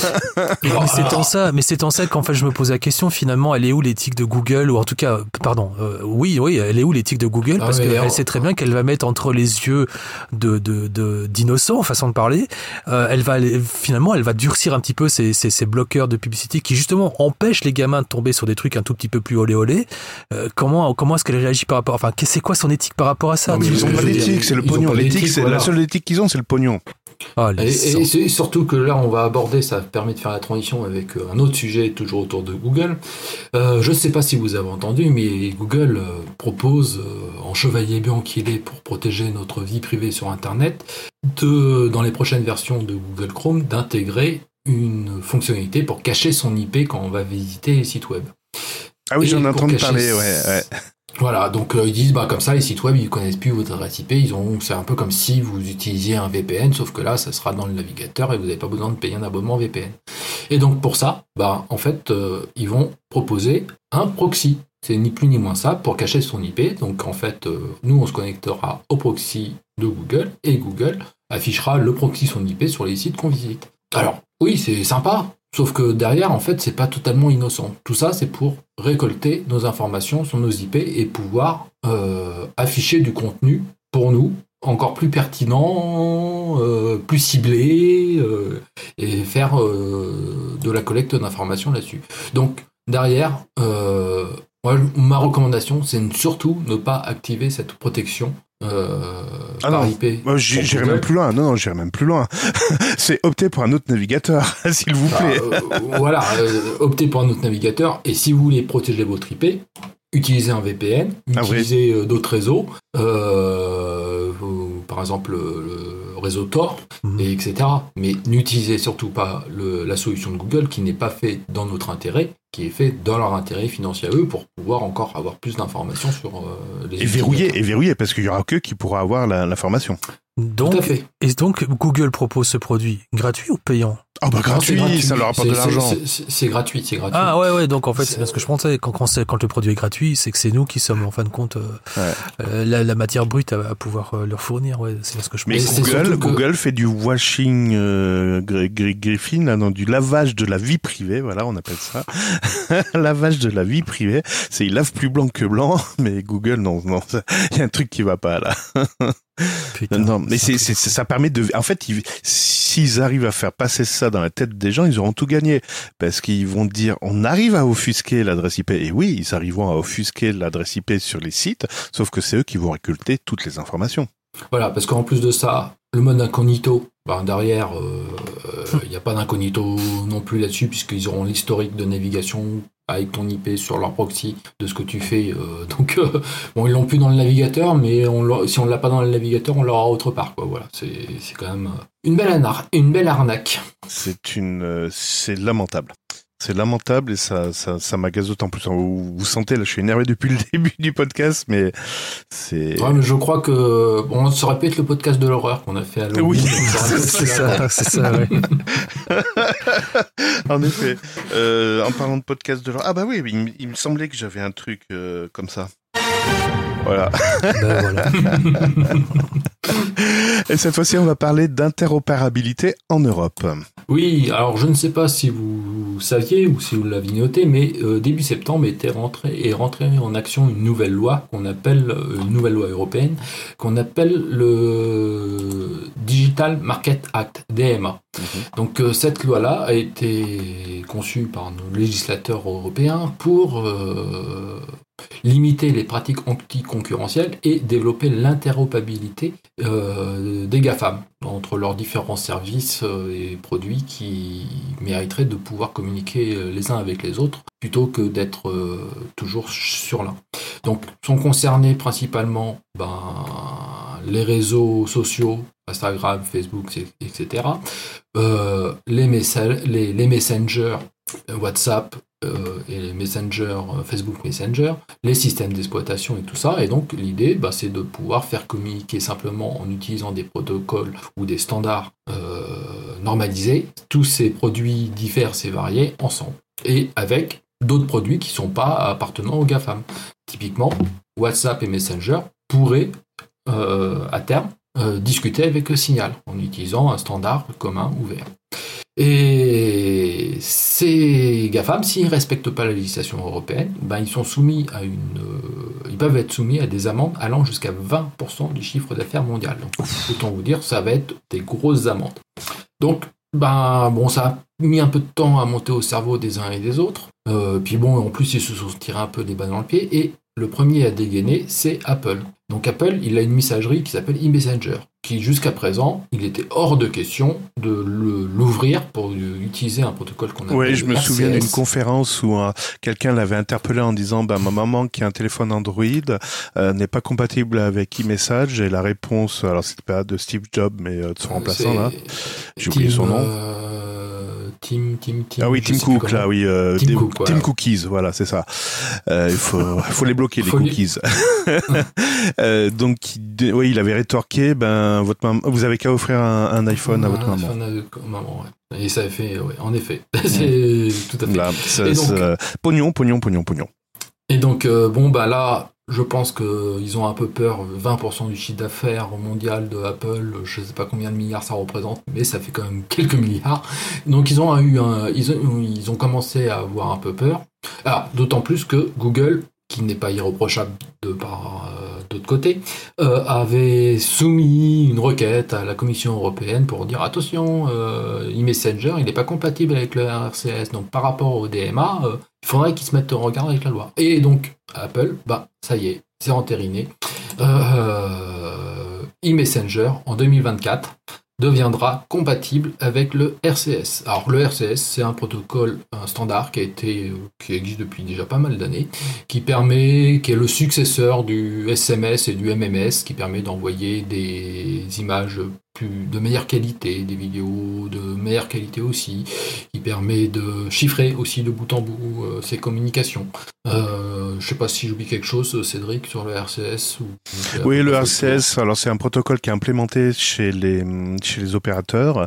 Mais c'est en ça qu'en fait je me pose la question, finalement, elle est où l'éthique de Google, ou en tout cas, oui, elle est où l'éthique de Google, parce qu'elle sait très bien qu'elle va mettre entre les yeux d'innocents, façon de parler, elle va durcir un petit peu ces bloqueurs de publicité qui justement empêchent les gamins de tomber sur des trucs un tout petit peu plus olé. Comment est-ce qu'elle réagit par rapport, enfin, c'est quoi son éthique par rapport à ça? Non, mais ils ont pas d'éthique, c'est le pognon. L'éthique, c'est la seule éthique qu'ils ont, c'est le pognon. Et surtout que là, on va aborder, ça permet de faire la transition avec un autre sujet toujours autour de Google. Je ne sais pas si vous avez entendu, mais Google propose, en chevalier blanc qu'il est pour protéger notre vie privée sur Internet, dans les prochaines versions de Google Chrome, d'intégrer une fonctionnalité pour cacher son IP quand on va visiter les sites web. Ah oui, j'en ai entendu parler, ouais. Voilà, donc ils disent comme ça, les sites web ils connaissent plus votre adresse IP, c'est un peu comme si vous utilisiez un VPN, sauf que là ça sera dans le navigateur et vous n'avez pas besoin de payer un abonnement VPN. Et donc pour ça, en fait ils vont proposer un proxy. C'est ni plus ni moins ça pour cacher son IP. Donc en fait nous on se connectera au proxy de Google et Google affichera le proxy son IP sur les sites qu'on visite. Alors oui, c'est sympa. Sauf que derrière, en fait, c'est pas totalement innocent. Tout ça, c'est pour récolter nos informations sur nos IP et pouvoir afficher du contenu pour nous, encore plus pertinent, plus ciblé, et faire de la collecte d'informations là-dessus. Donc, derrière, ma recommandation, c'est surtout ne pas activer cette protection par IP. Moi, j'irai même plus loin. Non, j'irai même plus loin. C'est opter pour un autre navigateur, s'il vous plaît. Optez pour un autre navigateur. Et si vous voulez protéger votre IP, utilisez un VPN, utilisez d'autres réseaux, par exemple le réseau Tor, et etc. Mais n'utilisez surtout pas la solution de Google qui n'est pas faite dans notre intérêt, qui est fait dans leur intérêt financier à eux pour pouvoir encore avoir plus d'informations sur les verrouillé, parce qu'il y aura que qui pourra avoir l'information. Donc, tout à fait. Et donc Google propose ce produit gratuit ou payant? Ah gratuit, ça leur apporte de l'argent. C'est gratuit. Ah ouais, donc en fait c'est bien ce que je pensais. Quand le produit est gratuit, c'est que c'est nous qui sommes en fin de compte la matière brute à pouvoir leur fournir. Ouais, c'est ce que je pensais. Mais Google fait du washing Griffin, du lavage de la vie privée, voilà, on appelle ça. Lavage de la vie privée. C'est il lave plus blanc que blanc, mais Google non, il y a un truc qui va pas là. Putain, non, mais ça permet de. En fait, s'ils arrivent à faire passer ça dans la tête des gens, ils auront tout gagné, parce qu'ils vont dire on arrive à offusquer l'adresse IP. Et oui, ils arriveront à offusquer l'adresse IP sur les sites, sauf que c'est eux qui vont récolter toutes les informations. Voilà, parce qu'en plus de ça, le mode incognito, derrière, il n'y a pas d'incognito non plus là-dessus, puisqu'ils auront l'historique de navigation avec ton IP sur leur proxy de ce que tu fais. Donc, ils l'ont plus dans le navigateur, mais si on l'a pas dans le navigateur, on l'aura autre part. Quoi. Voilà, c'est quand même une belle arnaque. C'est lamentable. C'est lamentable et ça m'agace d'autant plus. Vous sentez, là, je suis énervé depuis le début du podcast, mais c'est... Ouais, mais je crois que, ça aurait pu être le podcast de l'horreur qu'on a fait à Halloween. Oui, c'est ça, ouais. En effet. En parlant de podcast de l'horreur... Ah bah oui, il me semblait que j'avais un truc comme ça. Voilà. Voilà. Et cette fois-ci, on va parler d'interopérabilité en Europe. Oui, alors je ne sais pas si vous saviez ou si vous l'avez noté, mais début septembre est rentrée en action une nouvelle loi européenne qu'on appelle le Digital Market Act, DMA. Donc cette loi-là a été conçue par nos législateurs européens pour limiter les pratiques anticoncurrentielles et développer l'interopérabilité des GAFAM entre leurs différents services et produits qui mériteraient de pouvoir communiquer les uns avec les autres plutôt que d'être toujours sur l'un. Donc sont concernés principalement les réseaux sociaux, Instagram, Facebook, etc., les messengers, WhatsApp, et les messengers, Facebook Messenger, les systèmes d'exploitation et tout ça. Et donc l'idée, c'est de pouvoir faire communiquer simplement en utilisant des protocoles ou des standards normalisés tous ces produits divers et variés ensemble. Et avec d'autres produits qui ne sont pas appartenant aux GAFAM. Typiquement, WhatsApp et Messenger pourraient à terme discuter avec Signal en utilisant un standard commun ouvert. Et ces GAFAM, s'ils ne respectent pas la législation européenne, ils peuvent être soumis à des amendes allant jusqu'à 20% du chiffre d'affaires mondial. Donc, autant vous dire, ça va être des grosses amendes. Donc, ça a mis un peu de temps à monter au cerveau des uns et des autres. En plus, ils se sont tirés un peu des balles dans le pied. Et le premier à dégainer, c'est Apple. Donc Apple, il a une messagerie qui s'appelle eMessenger, qui jusqu'à présent, il était hors de question de l'ouvrir pour utiliser un protocole qu'on appelle Oui, je me RCS. souviens d'une conférence où quelqu'un l'avait interpellé en disant ma maman qui a un téléphone Android n'est pas compatible avec eMessage, et la réponse, alors c'était pas de Steve Jobs mais de son remplaçant là, j'ai oublié son nom. Tim Cook, là, oui. Tim Cookies, voilà, c'est ça. Il faut les bloquer, les cookies. Donc, il avait rétorqué, votre maman, vous avez qu'à offrir un iPhone à votre maman. Maman, ouais. Et ça a fait, en effet. C'est tout à fait. Là, pognon. Et donc, là, je pense qu'ils ont un peu peur. 20% du chiffre d'affaires mondial de Apple, je ne sais pas combien de milliards ça représente, mais ça fait quand même quelques milliards. Donc ils ont commencé à avoir un peu peur. Alors, d'autant plus que Google, qui n'est pas irréprochable d'autre côté, avait soumis une requête à la Commission européenne pour dire attention, eMessenger, il n'est pas compatible avec le RCS, donc par rapport au DMA, il faudrait qu'ils se mettent en regard avec la loi. Et donc, Apple, ça y est, c'est entériné. eMessenger, en 2024, deviendra compatible avec le RCS. Alors le RCS, c'est un protocole, un standard qui existe depuis déjà pas mal d'années, qui est le successeur du SMS et du MMS, qui permet d'envoyer des images de meilleure qualité, des vidéos de meilleure qualité aussi, qui permet de chiffrer aussi de bout en bout ces communications. Je sais pas si j'oublie quelque chose, Cédric, sur le RCS. Oui, le RCS, alors c'est un protocole qui est implémenté chez les opérateurs.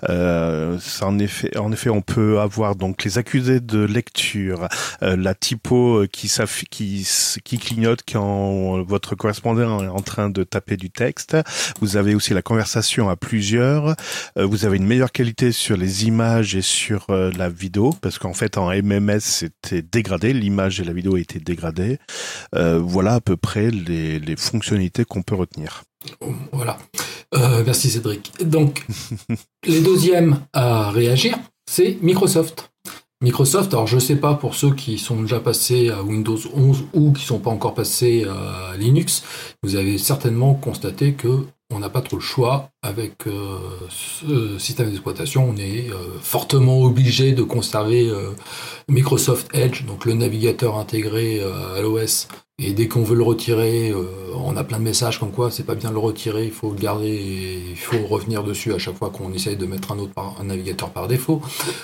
En effet, on peut avoir donc les accusés de lecture, la typo qui clignote quand votre correspondant est en train de taper du texte. Vous avez aussi la conversation à plusieurs. Vous avez une meilleure qualité sur les images et sur la vidéo, parce qu'en fait en MMS c'était dégradé, l'image et la vidéo étaient dégradées. Voilà à peu près les fonctionnalités qu'on peut retenir. Voilà. Merci Cédric. Donc les deuxièmes à réagir, c'est Microsoft. Microsoft, alors je ne sais pas pour ceux qui sont déjà passés à Windows 11 ou qui ne sont pas encore passés à Linux, vous avez certainement constaté que on n'a pas trop le choix avec ce système d'exploitation. On est fortement obligé de conserver Microsoft Edge, donc le navigateur intégré à l'OS. Et dès qu'on veut le retirer, on a plein de messages comme quoi c'est pas bien de le retirer, il faut le garder et il faut revenir dessus à chaque fois qu'on essaye de mettre un navigateur par défaut.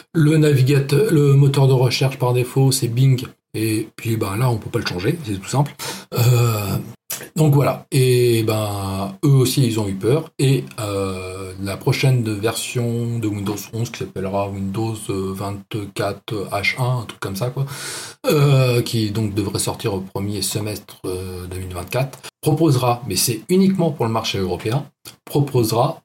Le moteur de recherche par défaut, c'est Bing. Et puis là, on peut pas le changer, c'est tout simple. Donc voilà, et eux aussi ils ont eu peur, et la prochaine version de Windows 11 qui s'appellera Windows 24 H1, un truc comme ça quoi, qui donc devrait sortir au premier semestre 2024, proposera, mais c'est uniquement pour le marché européen, proposera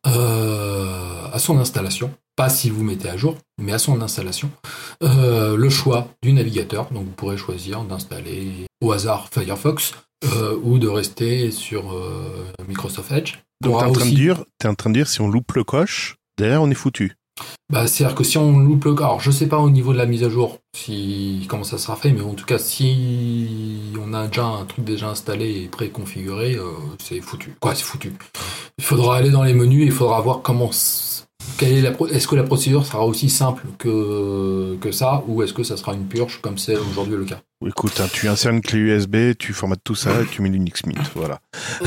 à son installation, pas si vous mettez à jour, mais à son installation, le choix du navigateur. Donc vous pourrez choisir d'installer au hasard Firefox, ou de rester sur Microsoft Edge. Donc t'es en train de dire, si on loupe le coche, derrière on est foutu. Bah, c'est-à-dire que si on loupe le... Alors, je sais pas au niveau de la mise à jour comment ça sera fait, mais en tout cas, si on a déjà un truc déjà installé et préconfiguré, c'est foutu. Quoi, c'est foutu. Il faudra aller dans les menus et il faudra voir est-ce que la procédure sera aussi simple que ça, ou est-ce que ça sera une purge comme c'est aujourd'hui le cas. Écoute, tu insères une clé USB, tu formates tout ça et tu mets Linux Mint, voilà.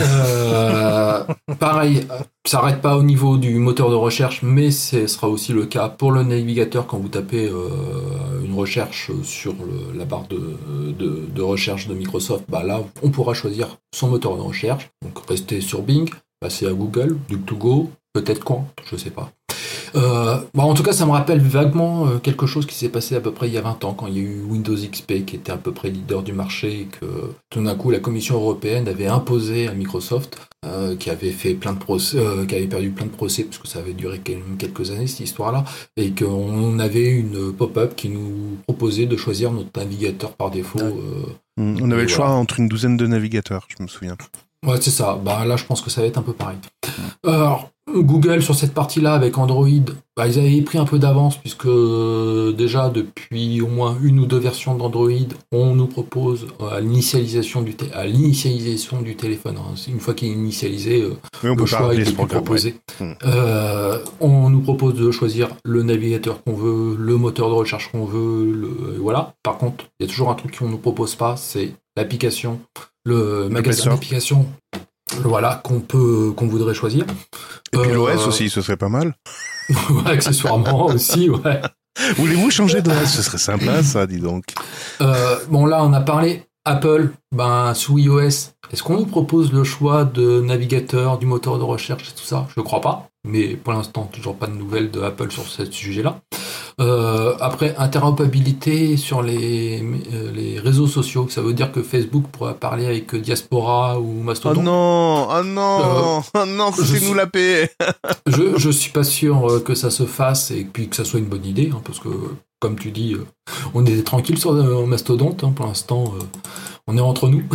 Pareil, ça n'arrête pas au niveau du moteur de recherche, mais ce sera aussi le cas pour le navigateur quand vous tapez une recherche sur la barre de recherche de Microsoft. Bah là, on pourra choisir son moteur de recherche. Donc rester sur Bing, passer à Google, DuckDuckGo, peut-être Quant, je sais pas. En tout cas, ça me rappelle vaguement quelque chose qui s'est passé à peu près il y a 20 ans, quand il y a eu Windows XP qui était à peu près leader du marché et que tout d'un coup la Commission européenne avait imposé à Microsoft, qui avait fait plein de procès, qui avait perdu plein de procès parce que ça avait duré quelques années cette histoire-là, et qu'on avait une pop-up qui nous proposait de choisir notre navigateur par défaut. On avait le choix entre une douzaine de navigateurs, je me souviens. Ouais, c'est ça. Bah là, je pense que ça va être un peu pareil. Alors, Google, sur cette partie-là, avec Android, ils avaient pris un peu d'avance, puisque déjà, depuis au moins une ou deux versions d'Android, on nous propose à l'initialisation du téléphone. Hein. Une fois qu'il est initialisé, le choix est proposé. Ouais. On nous propose de choisir le navigateur qu'on veut, le moteur de recherche qu'on veut, voilà. Par contre, il y a toujours un truc qu'on ne nous propose pas, c'est l'application, le magasin d'applications, voilà, qu'on voudrait choisir. Et puis l'OS aussi, ce serait pas mal. Ouais, accessoirement aussi, ouais. Voulez-vous changer d'OS? Ce serait sympa, ça, dis donc. Bon, là, on a parlé Apple, sous iOS. Est-ce qu'on nous propose le choix de navigateur, du moteur de recherche et tout ça? Je ne crois pas, mais pour l'instant, toujours pas de nouvelles de Apple sur ce sujet-là. Après, interopérabilité sur les réseaux sociaux, ça veut dire que Facebook pourra parler avec Diaspora ou Mastodon. Oh non, foutez-nous la paix. Je suis pas sûr que ça se fasse et puis que ça soit une bonne idée, hein, parce que comme tu dis, on est tranquille sur Mastodonte, hein, pour l'instant. On est entre nous.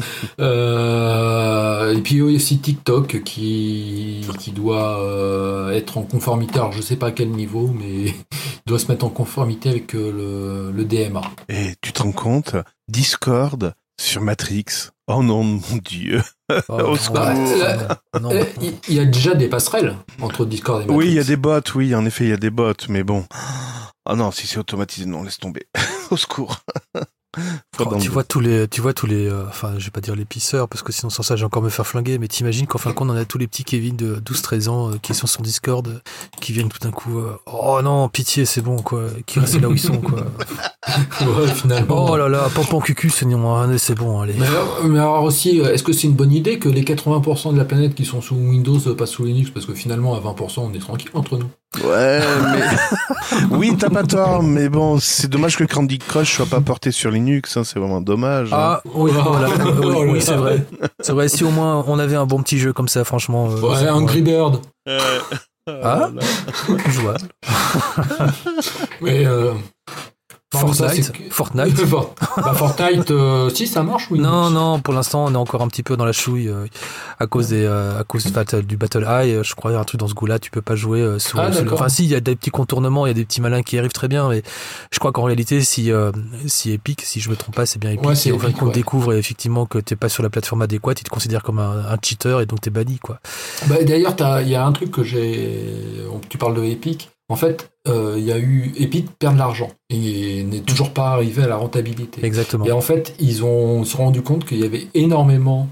Et puis aussi TikTok qui doit être en conformité. Alors je sais pas à quel niveau, mais il doit se mettre en conformité avec le DMA. Et tu te rends compte, Discord sur Matrix. Oh non, mon Dieu. Au secours. Il y a déjà des passerelles entre Discord et Matrix. Oui, il y a des bots, oui, en effet, il y a des bots, mais bon. Ah non, si c'est automatisé, non, laisse tomber. Au secours. Tu vois tous les, enfin, je vais pas dire les pisseurs, parce que sinon sans ça, j'ai encore me faire flinguer, mais t'imagines qu'en fin de compte, on a tous les petits Kevin de 12-13 ans qui sont sur Discord, qui viennent tout d'un coup, oh non, pitié, c'est bon, quoi, qui restent là où ils sont, quoi. Ouais, finalement. Oh là là, pampan cucu, c'est bon, allez. Mais alors aussi, est-ce que c'est une bonne idée que les 80% de la planète qui sont sous Windows passent sous Linux, parce que finalement, à 20%, on est tranquille entre nous. Ouais, mais... Oui, t'as pas tort, mais bon, c'est dommage que Candy Crush soit pas porté sur Linux, hein, c'est vraiment dommage. Ah, hein. Oui, voilà. Oui, c'est vrai. C'est vrai, si au moins on avait un bon petit jeu comme ça, franchement. Ouais, Angry Bird. Ah, jouable. Mais Fortnite. Fortnite, si ça marche, oui. Non, pour l'instant, on est encore un petit peu dans la chouille à cause du Battle Eye. Je crois il y a un truc dans ce goût-là, tu peux pas jouer sous. Enfin, si, il y a des petits contournements, il y a des petits malins qui arrivent très bien, mais je crois qu'en réalité, si Epic, si je me trompe pas, c'est bien Epic. Ouais, et en fait, qu'on découvre effectivement que t'es pas sur la plateforme adéquate, ils te considèrent comme un cheater et donc t'es banni, quoi. Bah, d'ailleurs, il y a un truc tu parles de Epic. En fait, il y a eu Epic perd de l'argent et n'est toujours pas arrivé à la rentabilité. Exactement. Et en fait, ils se sont rendus compte qu'il y avait énormément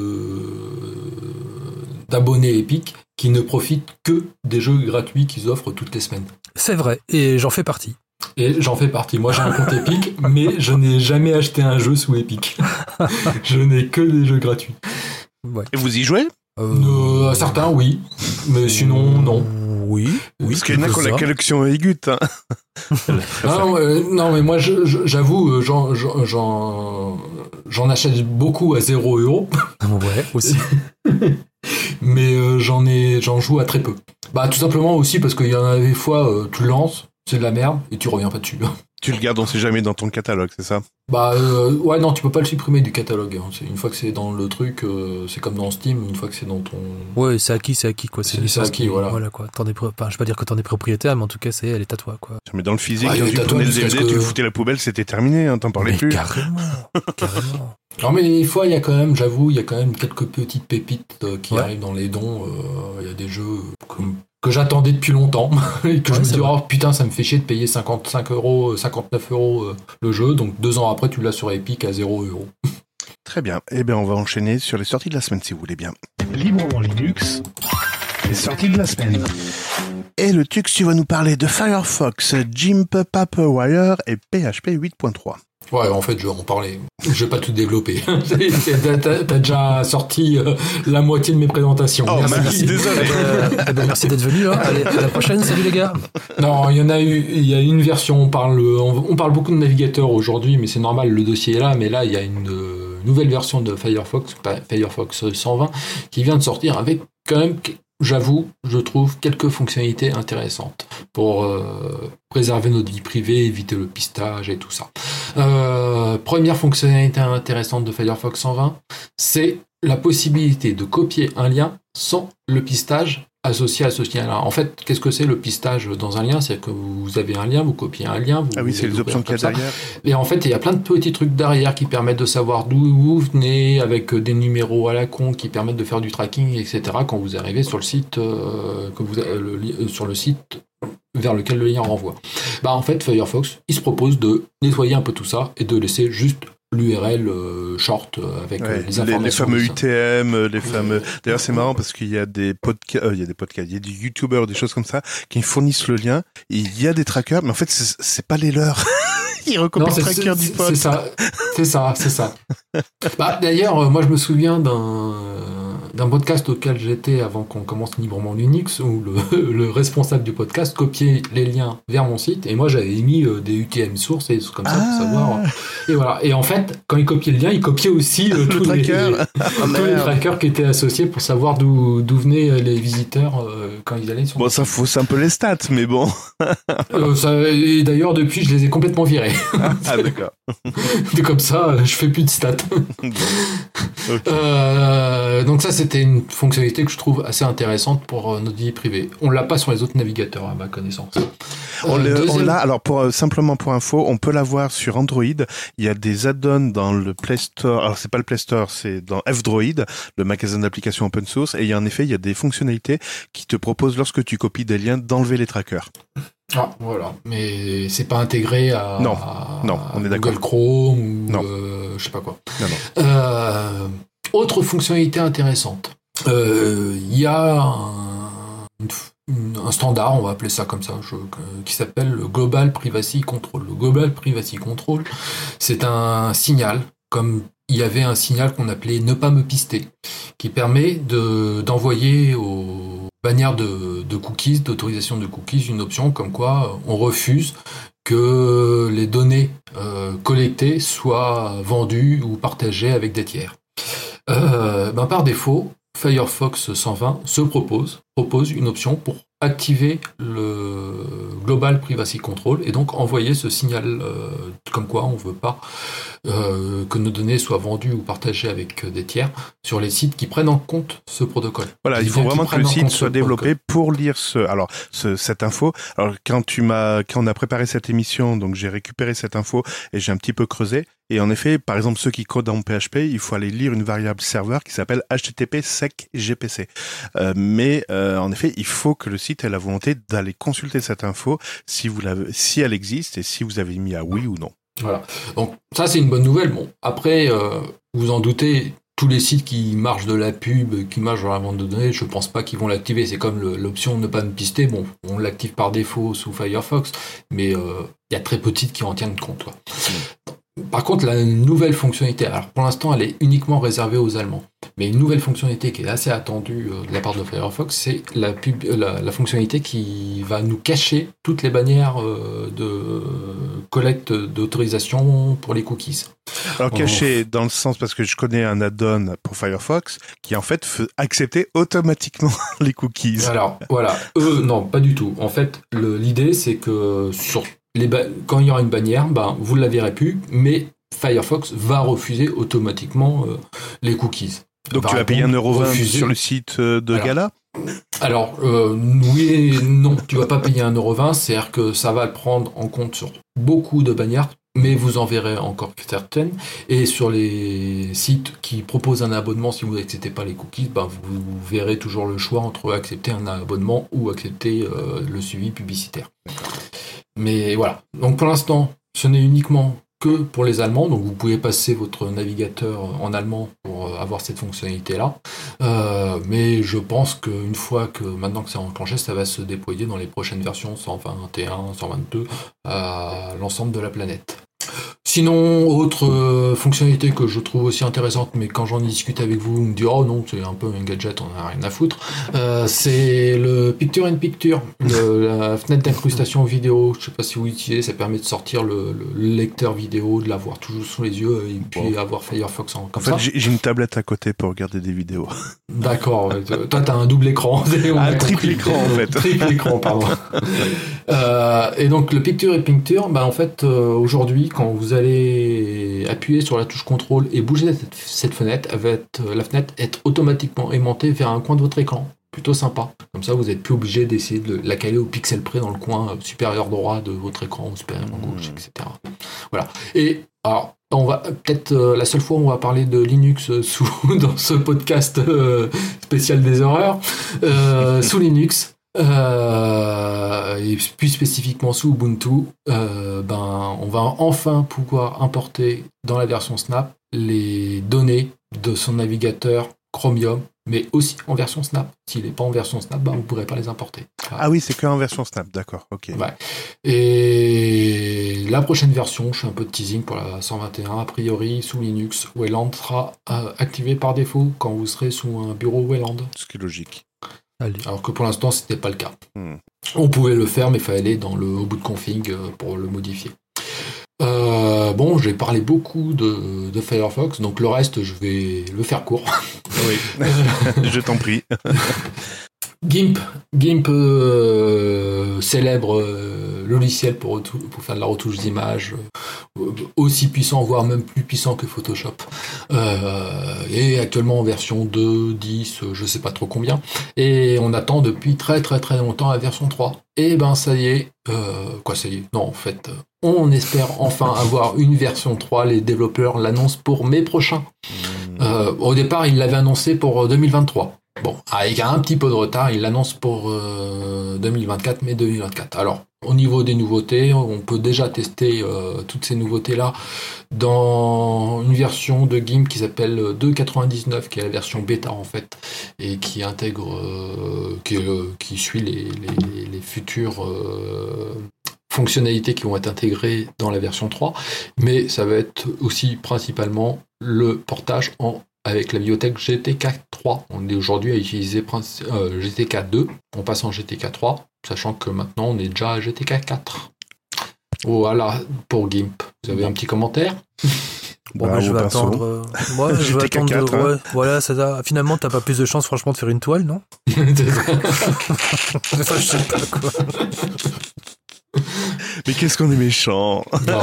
d'abonnés Epic qui ne profitent que des jeux gratuits qu'ils offrent toutes les semaines. C'est vrai, et j'en fais partie. Moi, j'ai un compte Epic, mais je n'ai jamais acheté un jeu sous Epic. Je n'ai que des jeux gratuits. Ouais. Et vous y jouez? Certains, oui. Mais sinon, non. Oui. Parce qu'il y en a qui ont la collection Egut. Hein. Non, mais moi, j'avoue, j'en achète beaucoup à 0€. Ouais, aussi. Mais j'en joue à très peu. Bah, tout simplement aussi parce qu'il y en a des fois, tu lances, c'est de la merde, et tu reviens pas dessus. Tu le gardes, on sait jamais, dans ton catalogue, c'est ça? Ouais, non, tu peux pas le supprimer du catalogue. Hein. Une fois que c'est dans le truc, c'est comme dans Steam, une fois que c'est dans ton... Ouais, c'est acquis, quoi. C'est acquis, voilà. Quoi. Enfin, je vais pas dire que t'en es propriétaire, mais en tout cas, elle est à toi, quoi. Mais dans le physique, Ouais, quand tu t'as prenais le toi, DVD, tu le foutais à la poubelle, c'était terminé, hein, t'en parlais Mais plus. carrément. Non, mais des fois, il y a quand même quelques petites pépites qui Ouais. arrivent dans les dons. Il y a des jeux que j'attendais depuis longtemps et que je me c'est dis, vrai. oh putain, ça me fait chier de payer 59 € le jeu. Donc 2 ans après, tu l'as sur Epic à 0€. Très bien. Eh bien, on va enchaîner sur les sorties de la semaine, si vous voulez bien. Librement Linux, les sorties de la semaine. Et le Tux, tu vas nous parler de Firefox, GIMP, Paperwire et PHP 8.3. Ouais, en fait, je vais en parler. Je vais pas tout développer. T'as déjà sorti la moitié de mes présentations. Oh, merci, désolé. Merci d'être venu. Hein. Allez, à la prochaine. Salut les gars. Non, il y a une version. On parle beaucoup de navigateurs aujourd'hui, mais c'est normal, le dossier est là. Mais là, il y a une nouvelle version de Firefox 120, qui vient de sortir avec quand même, j'avoue, je trouve quelques fonctionnalités intéressantes pour préserver notre vie privée, éviter le pistage et tout ça. Première fonctionnalité intéressante de Firefox 120, c'est la possibilité de copier un lien sans le pistage associé à un lien. En fait, qu'est-ce que c'est le pistage dans un lien? C'est que vous avez un lien, vous copiez un lien. Ah oui, c'est les options qu'il y a derrière. Et en fait, il y a plein de petits trucs derrière qui permettent de savoir d'où vous venez, avec des numéros à la con qui permettent de faire du tracking, etc. quand vous arrivez sur le site, sur le site vers lequel le lien renvoie. En fait, Firefox, il se propose de nettoyer un peu tout ça et de laisser juste l'URL short avec les informations. Les fameux UTM, les fameux... D'ailleurs, c'est marrant parce qu'il y a des podcasts, il y a des youtubeurs, des choses comme ça, qui fournissent le lien. Il y a des trackers, mais en fait, c'est pas les leurs. Ils recopient le tracker du pote. C'est ça. D'ailleurs, moi, je me souviens d'un podcast auquel j'étais avant qu'on commence Librement Linux, où le responsable du podcast copiait les liens vers mon site, et moi j'avais mis des UTM sources et des trucs comme ça pour savoir. Et voilà. Et en fait, quand il copiait le lien, il copiait aussi tous les trackers qui étaient associés pour savoir d'où venaient les visiteurs quand ils allaient sur. Bon, ça fausse un peu les stats, mais bon. Et d'ailleurs, depuis, je les ai complètement virés. Ah, d'accord. Comme ça, je fais plus de stats. Okay. Donc ça, c'était une fonctionnalité que je trouve assez intéressante pour notre vie privée. On l'a pas sur les autres navigateurs, à ma connaissance. On l'a, alors simplement pour info, on peut l'avoir sur Android. Il y a des add-ons dans le Play Store. Alors c'est pas le Play Store, c'est dans F-Droid, le magasin d'applications open source. Et en effet, il y a des fonctionnalités qui te proposent, lorsque tu copies des liens, d'enlever les trackers. Ah, voilà. Mais c'est pas intégré à non, on est d'accord. Google Chrome ou je sais pas quoi. Non. Autre fonctionnalité intéressante. Il y a un standard, on va appeler ça comme ça, qui s'appelle le Global Privacy Control. Le Global Privacy Control, c'est un signal, comme il y avait un signal qu'on appelait ne pas me pister, qui permet d'envoyer aux bannières de cookies, d'autorisation de cookies, une option comme quoi on refuse que les données collectées soient vendues ou partagées avec des tiers. Par défaut, Firefox 120 propose une option pour activer le Global Privacy Control et donc envoyer ce signal comme quoi on ne veut pas que nos données soient vendues ou partagées avec des tiers sur les sites qui prennent en compte ce protocole. Voilà, il faut vraiment que le site soit développé pour lire cette info. Alors quand on a préparé cette émission, donc j'ai récupéré cette info et j'ai un petit peu creusé. Et en effet, par exemple, ceux qui codent en PHP, il faut aller lire une variable serveur qui s'appelle http://sec/gpc. Mais en effet, il faut que le site ait la volonté d'aller consulter cette info si elle existe et si vous avez mis à oui ou non. Voilà. Donc ça, c'est une bonne nouvelle. Bon, après, vous en doutez, tous les sites qui marchent de la pub, qui marchent dans la vente de données, je pense pas qu'ils vont l'activer. C'est comme l'option ne pas me pister. Bon, on l'active par défaut sous Firefox, mais il y a très peu de sites qui en tiennent compte. Par contre, la nouvelle fonctionnalité, alors pour l'instant, elle est uniquement réservée aux Allemands. Mais une nouvelle fonctionnalité qui est assez attendue de la part de Firefox, c'est la fonctionnalité qui va nous cacher toutes les bannières de collecte d'autorisation pour les cookies. Alors caché dans le sens, parce que je connais un add-on pour Firefox qui en fait fait accepter automatiquement les cookies. Alors voilà, non, pas du tout. En fait, l'idée c'est que quand il y aura une bannière, vous ne la verrez plus, mais Firefox va refuser automatiquement les cookies. Donc tu vas payer 1,20€ sur le site de Gala ? Alors, oui et non, tu vas pas payer 1,20€, c'est-à-dire que ça va le prendre en compte sur beaucoup de bannières, mais vous en verrez encore certaines. Et sur les sites qui proposent un abonnement, si vous n'acceptez pas les cookies, vous verrez toujours le choix entre accepter un abonnement ou accepter le suivi publicitaire. Mais voilà, donc pour l'instant, ce n'est uniquement que pour les Allemands, donc vous pouvez passer votre navigateur en allemand pour avoir cette fonctionnalité-là. Mais je pense qu'une fois que maintenant que c'est enclenché, ça va se déployer dans les prochaines versions 121, 122 à l'ensemble de la planète. Sinon, autre fonctionnalité que je trouve aussi intéressante, mais quand j'en discute avec vous, vous me dites « Oh non, c'est un peu un gadget, on n'a rien à foutre », c'est le Picture-in-Picture, la fenêtre d'incrustation vidéo. Je ne sais pas si vous l'utilisez, ça permet de sortir le lecteur vidéo, de l'avoir toujours sous les yeux, et puis avoir Firefox comme ça. En fait, j'ai une tablette à côté pour regarder des vidéos. D'accord, toi t'as un double écran. Un triple écran en fait. Triple écran, pardon. Et donc le Picture-in-Picture, en fait, aujourd'hui, quand vous allez appuyer sur la touche contrôle et bouger cette fenêtre, la fenêtre être automatiquement aimantée vers un coin de votre écran. Plutôt sympa. Comme ça, vous n'êtes plus obligé d'essayer de la caler au pixel près dans le coin supérieur droit de votre écran ou supérieur gauche, etc. Voilà. Et alors, on va peut-être la seule fois où on va parler de Linux dans ce podcast spécial des horreurs, sous Linux. Et plus spécifiquement sous Ubuntu, on va enfin pouvoir importer dans la version Snap les données de son navigateur Chromium, mais aussi en version Snap. S'il n'est pas en version Snap, vous ne pourrez pas les importer. Voilà. Ah oui, c'est qu'en version Snap, d'accord, ok. Ouais. Et la prochaine version, je fais un peu de teasing pour la 121, a priori sous Linux, Wayland sera activé par défaut quand vous serez sous un bureau Wayland. Ce qui est logique. Allez. Alors que pour l'instant, ce n'était pas le cas. On pouvait le faire, mais il fallait aller au bout de config pour le modifier. J'ai parlé beaucoup de Firefox, donc le reste, je vais le faire court. Oui, je t'en prie. GIMP, célèbre logiciel pour faire de la retouche d'image, aussi puissant, voire même plus puissant que Photoshop. Et actuellement en version 2, 10, je sais pas trop combien. Et on attend depuis très très très longtemps la version 3. Et ça y est. Ça y est. Non, en fait, on espère enfin avoir une version 3. Les développeurs l'annoncent pour mai prochain. Au départ, ils l'avaient annoncé pour 2023. Bon, avec un petit peu de retard, ils l'annoncent pour 2024, mai 2024. Alors, au niveau des nouveautés, on peut déjà tester toutes ces nouveautés-là dans une version de GIMP qui s'appelle 2.99, qui est la version bêta en fait, et qui intègre, qui suit les futures fonctionnalités qui vont être intégrées dans la version 3, mais ça va être aussi principalement le portage avec la bibliothèque GTK3. On est aujourd'hui à utiliser GTK2, on passe en GTK3, sachant que maintenant on est déjà à GTK4. Voilà pour GIMP. Vous avez un petit commentaire ? Je vais attendre. Moi, je vais attendre. 4, ouais, voilà, ça. Finalement, t'as pas plus de chance, franchement, de faire une toile, non ? Enfin, je sais pas quoi. Mais qu'est-ce qu'on est méchant.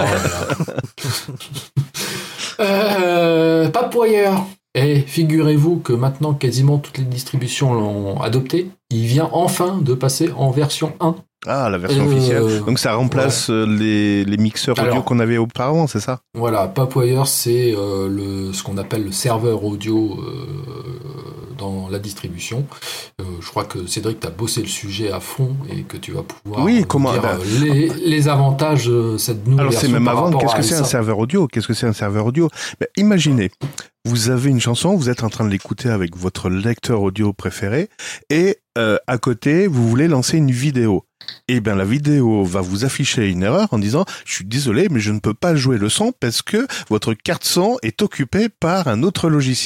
Pas pour ailleurs. Et figurez-vous que maintenant, quasiment toutes les distributions l'ont adopté. Il vient enfin de passer en version 1. Ah, la version officielle. Donc ça remplace les mixeurs audio qu'on avait auparavant, c'est ça ? Voilà, Papwire, c'est ce qu'on appelle le serveur audio dans la distribution. Je crois que Cédric, tu as bossé le sujet à fond et que tu vas pouvoir dire les avantages de cette nouvelle version. Alors c'est même avant, qu'est-ce que c'est un serveur audio ? Imaginez, vous avez une chanson, vous êtes en train de l'écouter avec votre lecteur audio préféré et à côté, vous voulez lancer une vidéo. Et bien la vidéo va vous afficher une erreur en disant « Je suis désolé, mais je ne peux pas jouer le son parce que votre carte son est occupée par un autre logiciel. »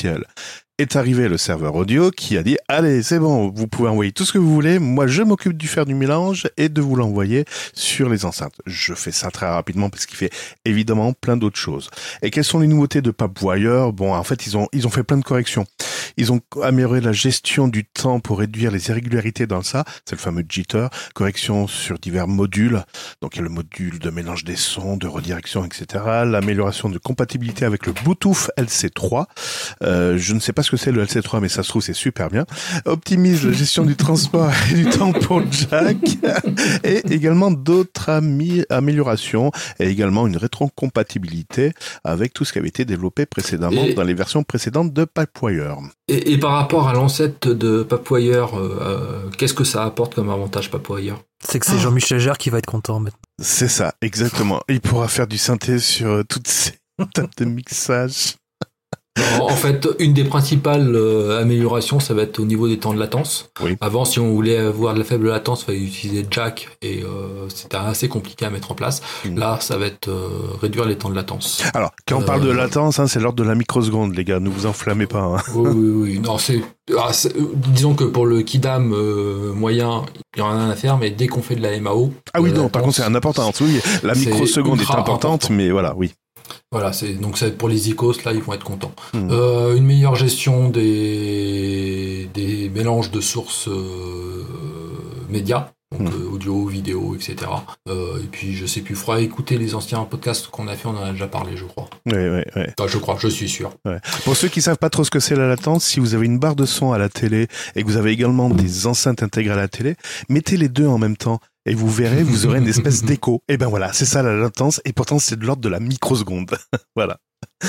est arrivé le serveur audio qui a dit « Allez, c'est bon, vous pouvez envoyer tout ce que vous voulez. Moi, je m'occupe de faire du mélange et de vous l'envoyer sur les enceintes. » Je fais ça très rapidement parce qu'il fait évidemment plein d'autres choses. Et quelles sont les nouveautés de Papwire ? Bon, en fait, ils ont fait plein de corrections. Ils ont amélioré la gestion du temps pour réduire les irrégularités dans ça. C'est le fameux jitter. Correction sur divers modules. Donc, il y a le module de mélange des sons, de redirection, etc. L'amélioration de compatibilité avec le Bluetooth LC3. Je ne sais pas ce que c'est le LC3, mais ça se trouve, c'est super bien. Optimise la gestion du transport et du temps pour Jack. Et également d'autres améliorations. Et également une rétrocompatibilité avec tout ce qui avait été développé précédemment dans les versions précédentes de Papwire. Et par rapport à l'ancêtre de Papwire, qu'est-ce que ça apporte comme avantage Papwire ? C'est que c'est Jean-Michel Jarre qui va être content maintenant. C'est ça, exactement. Il pourra faire du synthé sur toutes ces tables de mixage. En fait, une des principales améliorations, ça va être au niveau des temps de latence. Oui. Avant, si on voulait avoir de la faible latence, il fallait utiliser Jack et c'était assez compliqué à mettre en place. Là, ça va être réduire les temps de latence. Alors, quand on parle de latence, c'est l'ordre de la microseconde, les gars. Ne vous enflammez pas. Hein. Oui. Non, disons que pour le Kidam moyen, il n'y a rien à faire, mais dès qu'on fait de la MAO... Ah oui, non, par contre, c'est un important. Oui, la microseconde est importante, important. Mais voilà, oui. Voilà, donc ça va être pour les ICOS, là, ils vont être contents. Une meilleure gestion des mélanges de sources médias, donc audio, vidéo, etc. Et puis, je sais plus, il faudra écouter les anciens podcasts qu'on a fait, on en a déjà parlé, je crois. Oui. Enfin, je suis sûr. Ouais. Pour ceux qui savent pas trop ce que c'est la latence, si vous avez une barre de son à la télé et que vous avez également des enceintes intégrées à la télé, mettez les deux en même temps. Et vous verrez, vous aurez une espèce d'écho. Et ben voilà, c'est ça la latence. Et pourtant, c'est de l'ordre de la microseconde. Voilà.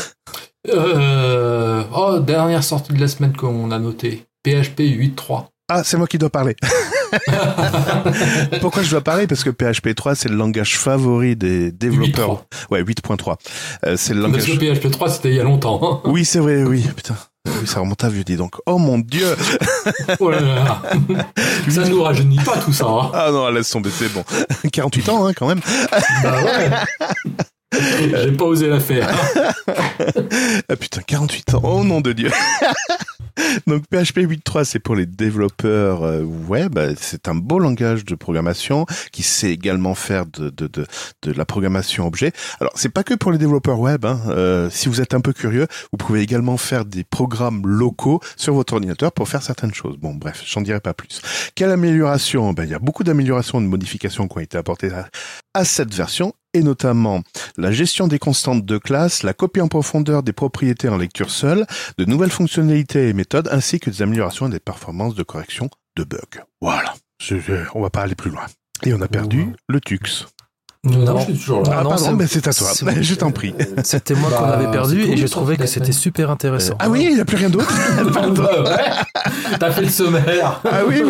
Dernière sortie de la semaine qu'on a notée. PHP 8.3. Ah, c'est moi qui dois parler. Pourquoi je dois parler ? Parce que PHP 3, c'est le langage favori des développeurs. 8.3. Ouais, 8.3. C'est le langage... Parce que PHP 3, c'était il y a longtemps. Oui, c'est vrai, oui. Putain. Oui, ça remonte à vieux, dis donc. Oh mon Dieu. Oh là là. Ça ne nous rajeunit pas tout ça. Hein. Ah non, laisse tomber, c'est bon. 48 ans, hein, quand même. Bah ouais. J'ai pas osé la faire. Ah putain, 48 ans. Oh nom de Dieu. Donc PHP 8.3, c'est pour les développeurs web. C'est un beau langage de programmation qui sait également faire de la programmation objet. Alors c'est pas que pour les développeurs web. Si vous êtes un peu curieux, vous pouvez également faire des programmes locaux sur votre ordinateur pour faire certaines choses. Bon bref, j'en dirai pas plus. Quelle amélioration ? Il y a beaucoup d'améliorations, de modifications qui ont été apportées à cette version. Et notamment la gestion des constantes de classe, la copie en profondeur des propriétés en lecture seule, de nouvelles fonctionnalités et méthodes, ainsi que des améliorations et des performances de correction de bugs. Voilà, on va pas aller plus loin. Et on a perdu le Tux. Non, je suis toujours là. Ah non, pardon, mais c'est à toi, je t'en prie. C'était moi qu'on avait perdu et je trouvais que c'était super intéressant. Ah oui, il n'y a plus rien d'autre. T'as fait le sommaire. Ah oui.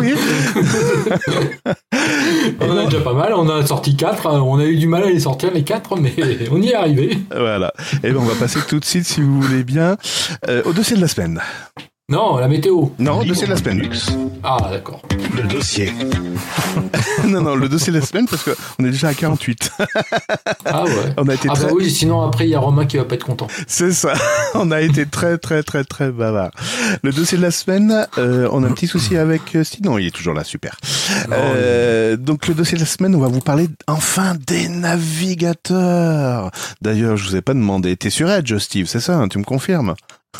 On en a déjà pas mal, on a sorti 4, on a eu du mal à les sortir les 4, mais on y est arrivé. Voilà, et on va passer tout de suite, si vous voulez bien, au dossier de la semaine. Non, la météo. Non, le dossier de la semaine. Ah, d'accord. Le dossier. Non, le dossier de la semaine, parce qu'on est déjà à 48. Ah ouais. On a été bah oui, sinon après, il y a Romain qui va pas être content. C'est ça. On a été très bavard. Le dossier de la semaine, on a un petit souci avec Steve. Non, il est toujours là, super. Donc, le dossier de la semaine, on va vous parler enfin des navigateurs. D'ailleurs, je vous ai pas demandé. T'es sur Edge, Steve, c'est ça, hein, tu me confirmes?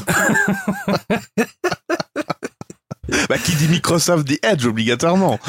Qui dit Microsoft dit Edge obligatoirement.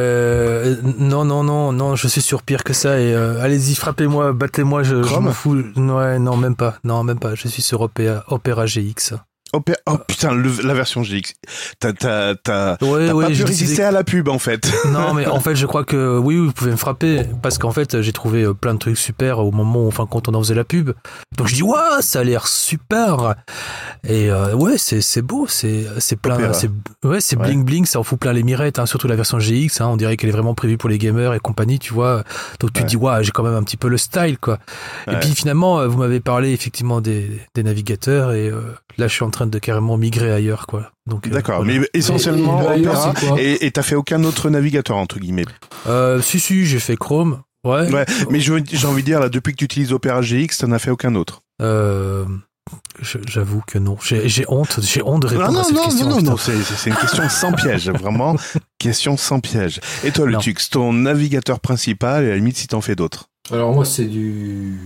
Non, je suis sur pire que ça et allez-y, frappez-moi, battez-moi, je m'en fous. Ouais, non, même pas, je suis sur Opera GX. Oh putain, la version GX. T'as pas pu résister à la pub en fait. Non, mais en fait, je crois que oui, vous pouvez me frapper parce qu'en fait, j'ai trouvé plein de trucs super au moment où, quand on en faisait la pub. Donc je dis waouh, ça a l'air super. Et ouais, c'est beau, c'est plein, c'est bling bling, ça en fout plein les mirettes, hein, surtout la version GX. Hein, on dirait qu'elle est vraiment prévue pour les gamers et compagnie, tu vois. Donc tu te dis waouh, j'ai quand même un petit peu le style, quoi. Ouais. Et puis finalement, vous m'avez parlé effectivement des navigateurs et là, je suis en train de carrément migrer ailleurs, quoi. Donc, d'accord, voilà. Mais essentiellement Opera, et t'as fait aucun autre navigateur, entre guillemets. Si, j'ai fait Chrome. Ouais, mais j'ai envie de dire, là, depuis que tu utilises Opera GX, t'en as fait aucun autre. J'avoue que non. J'ai honte de répondre à cette question. Non, c'est une question sans piège, vraiment, question sans piège. Et toi, le Tux, ton navigateur principal, et à la limite, si t'en fais d'autres? Alors moi, c'est du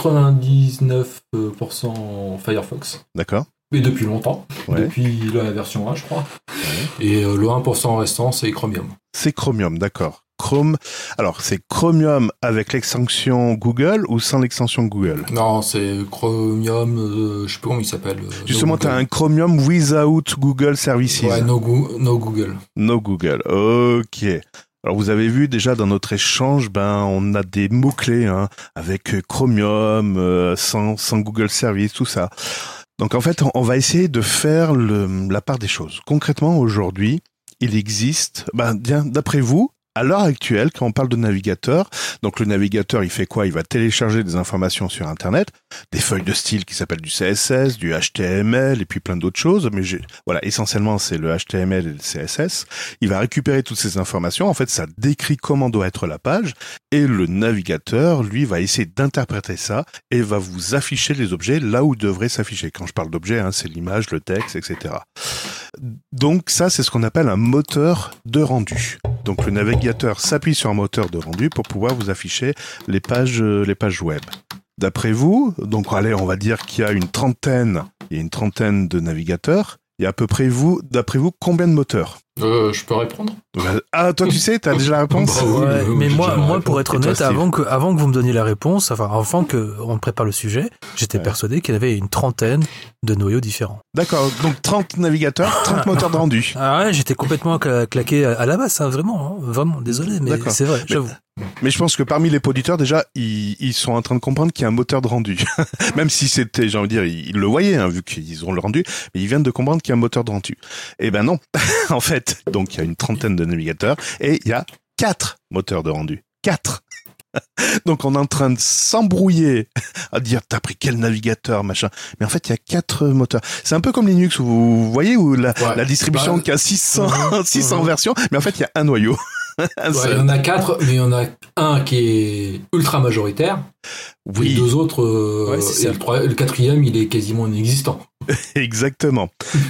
99% Firefox. D'accord. Mais depuis longtemps, Ouais. depuis la version 1, je crois. Ouais. Et le 1% restant, c'est Chromium. C'est Chromium, d'accord. Chrome. Alors, c'est Chromium avec l'extension Google ou sans l'extension Google? Non, c'est Chromium, je sais pas comment il s'appelle. Justement, tu as un Chromium without Google Services. Ouais, no Google. No Google. Ok. Alors, vous avez vu déjà dans notre échange, on a des mots-clés, avec Chromium, sans Google Services, tout ça. Donc, en fait, on va essayer de faire la part des choses. Concrètement, aujourd'hui, il existe, d'après vous, à l'heure actuelle, quand on parle de navigateur, donc le navigateur, il fait quoi? Il va télécharger des informations sur Internet, des feuilles de style qui s'appellent du CSS, du HTML et puis plein d'autres choses. Mais essentiellement, c'est le HTML et le CSS. Il va récupérer toutes ces informations. En fait, ça décrit comment doit être la page. Et le navigateur, lui, va essayer d'interpréter ça et va vous afficher les objets là où ils devraient s'afficher. Quand je parle d'objets, c'est l'image, le texte, etc. Donc ça, c'est ce qu'on appelle un moteur de rendu. Donc le navigateur s'appuie sur un moteur de rendu pour pouvoir vous afficher les pages web. D'après vous, donc allez, on va dire qu'il y a une trentaine de navigateurs. Il y a à peu près d'après vous, combien de moteurs? Je peux répondre? Ah, toi, tu sais, t'as déjà la réponse? Ouais, mais moi, pour être honnête, avant que vous me donniez la réponse, avant qu'on prépare le sujet, j'étais persuadé qu'il y avait une trentaine de noyaux différents. D'accord, donc 30 navigateurs, 30 moteurs de rendu. Ah ouais, j'étais complètement claqué à la base, vraiment, désolé, mais D'accord. c'est vrai, j'avoue. Mais je pense que parmi les auditeurs, déjà, ils sont en train de comprendre qu'il y a un moteur de rendu. Même si c'était, j'ai envie de dire, ils le voyaient, vu qu'ils ont le rendu, mais ils viennent de comprendre qu'il y a un moteur de rendu. Eh ben non. En fait, donc il y a une trentaine de navigateurs et il y a 4 moteurs de rendu. 4. Donc on est en train de s'embrouiller à dire t'as pris quel navigateur, machin. Mais en fait, il y a 4 moteurs. C'est un peu comme Linux, vous voyez, où la distribution qui a 600 versions, mais en fait, il y a un noyau. Il y en a 4, mais il y en a un qui est ultra majoritaire. Oui. Les 2 autres, c'est et le 4e, il est quasiment inexistant. Exactement.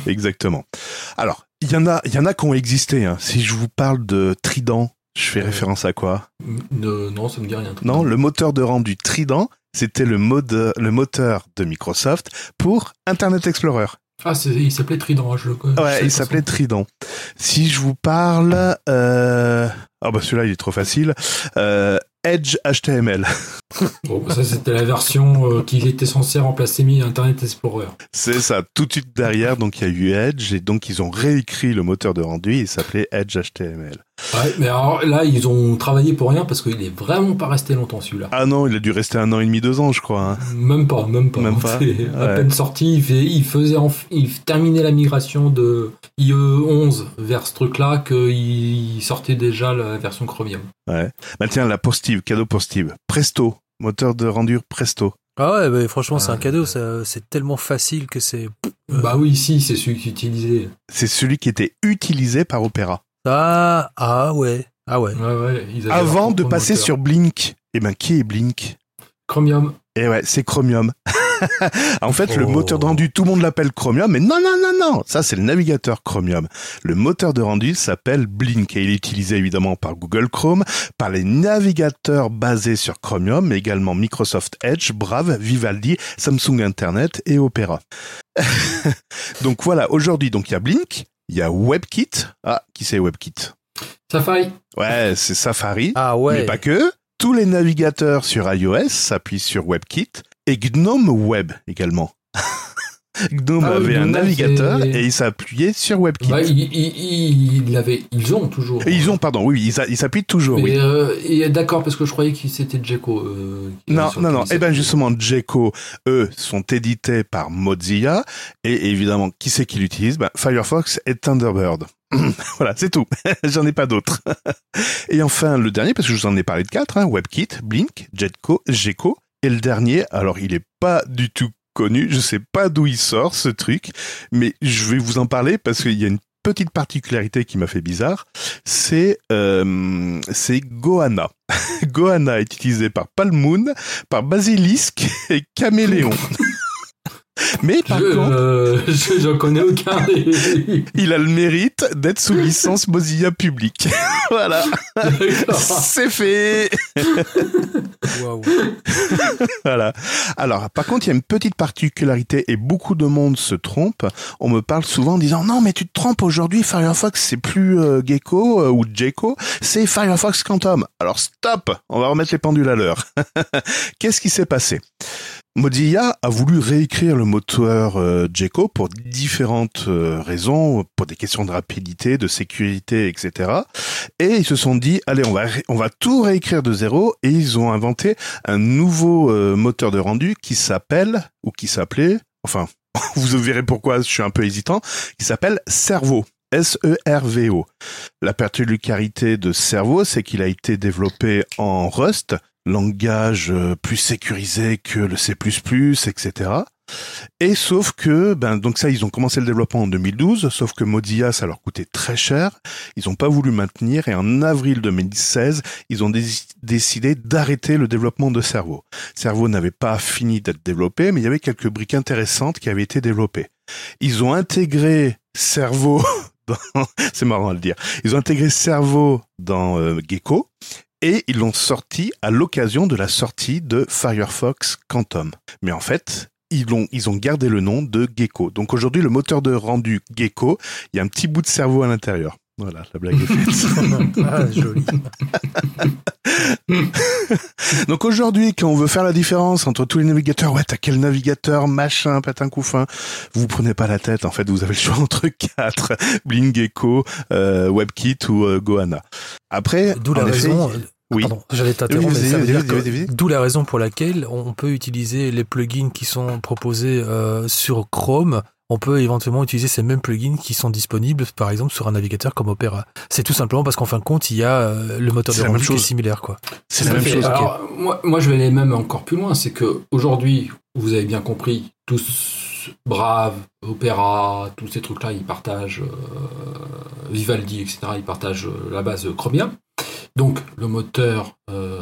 Alors, il y en a qui ont existé. Si je vous parle de Trident, je fais référence à quoi? Non, ça me dit rien. Non, le moteur de rendu Trident, c'était le moteur de Microsoft pour Internet Explorer. Ah, il s'appelait Trident, je le connais. Ouais, il s'appelait Trident. Si je vous parle... celui-là, il est trop facile. Edge HTML. Bon, ça, c'était la version qui était censée remplacer Internet Explorer. C'est ça, tout de suite derrière, donc il y a eu Edge, et donc ils ont réécrit le moteur de rendu, il s'appelait Edge HTML. Ouais, mais alors là, ils ont travaillé pour rien parce qu'il est vraiment pas resté longtemps celui-là. Ah non, il a dû rester 1 an et demi, 2 ans, je crois. Même pas. C'est à peine sorti, il terminait la migration de IE 11 vers ce truc-là qu'il sortait déjà la version Chromium. Ouais. Tiens, la Postive, cadeau Postive. Presto, moteur de rendu Presto. Ah ouais, bah, franchement, c'est un cadeau, c'est tellement facile que c'est... Bah oui, c'est celui qui utilisait. C'est celui qui était utilisé par Opera. Ah ouais. Ouais, avant de passer sur Blink. Eh ben, qui est Blink? Chromium. Eh ouais, c'est Chromium. En fait, le moteur de rendu, tout le monde l'appelle Chromium, mais non. Ça, c'est le navigateur Chromium. Le moteur de rendu s'appelle Blink et il est utilisé évidemment par Google Chrome, par les navigateurs basés sur Chromium, mais également Microsoft Edge, Brave, Vivaldi, Samsung Internet et Opera. Donc voilà, aujourd'hui, il y a Blink, il y a WebKit. Ah, qui c'est WebKit? Safari. Ouais, c'est Safari. Ah ouais. Mais pas que. Tous les navigateurs sur iOS s'appuient sur WebKit et GNOME Web également. GNOME avait un navigateur et il s'appuyait sur WebKit. Bah, ils ont toujours. Ils s'appuient toujours. Mais, oui. D'accord, parce que je croyais que c'était Gecko. Non. Eh ben justement, Gecko, eux, sont édités par Mozilla et évidemment, qui c'est qui l'utilise? Firefox et Thunderbird. Voilà, c'est tout. J'en ai pas d'autres. Et enfin, le dernier, parce que je vous en ai parlé de 4, WebKit, Blink, Gecko. Et le dernier, alors il est pas du tout connu, je sais pas d'où il sort ce truc, mais je vais vous en parler parce qu'il y a une petite particularité qui m'a fait bizarre, c'est Goanna. Goanna est utilisé par Palmoon, par Basilisk et Caméléon. Mais par contre, j'en connais aucun. il a le mérite d'être sous licence Mozilla publique. Voilà. D'accord. C'est fait. Waouh. Voilà. Alors, par contre, il y a une petite particularité et beaucoup de monde se trompe. On me parle souvent en disant non, mais tu te trompes aujourd'hui, Firefox, c'est plus Gecko ou Gecko, c'est Firefox Quantum. Alors, stop, on va remettre les pendules à l'heure. Qu'est-ce qui s'est passé ? Mozilla a voulu réécrire le moteur Gecko pour différentes raisons, pour des questions de rapidité, de sécurité, etc. Et ils se sont dit, allez, on va tout réécrire de zéro, et ils ont inventé un nouveau moteur de rendu qui s'appelait, enfin, vous verrez pourquoi je suis un peu hésitant, qui s'appelle Servo. S-E-R-V-O. La particularité de Servo, c'est qu'il a été développé en Rust, langage plus sécurisé que le C++, etc. Et sauf que, donc ça, ils ont commencé le développement en 2012, sauf que Mozilla, ça leur coûtait très cher. Ils n'ont pas voulu maintenir, et en avril 2016, ils ont décidé d'arrêter le développement de Servo. Servo n'avait pas fini d'être développé, mais il y avait quelques briques intéressantes qui avaient été développées. Ils ont intégré Servo c'est marrant à le dire. Ils ont intégré Servo dans Gecko et ils l'ont sorti à l'occasion de la sortie de Firefox Quantum. Mais en fait, ils ont gardé le nom de Gecko. Donc aujourd'hui, le moteur de rendu Gecko, il y a un petit bout de cerveau à l'intérieur. Voilà, la blague est faite. Ah, joli. Donc aujourd'hui, quand on veut faire la différence entre tous les navigateurs, ouais, t'as quel navigateur, machin, patin couffin, vous prenez pas la tête, en fait, vous avez le choix entre 4, Bling Gecko, WebKit ou Goanna. Après, d'où la raison... Oui. Pardon, j'allais t'interrompre, mais ça veut dire que vas-y. d'où la raison pour laquelle on peut utiliser les plugins qui sont proposés sur Chrome. On peut éventuellement utiliser ces mêmes plugins qui sont disponibles, par exemple, sur un navigateur comme Opera. C'est tout simplement parce qu'en fin de compte, il y a le moteur de rendu qui est similaire, quoi. C'est la même chose. Alors, moi, je vais aller même encore plus loin. C'est que aujourd'hui, vous avez bien compris, tous Brave, Opera, tous ces trucs-là, ils partagent Vivaldi, etc. Ils partagent la base Chromium. Donc, le moteur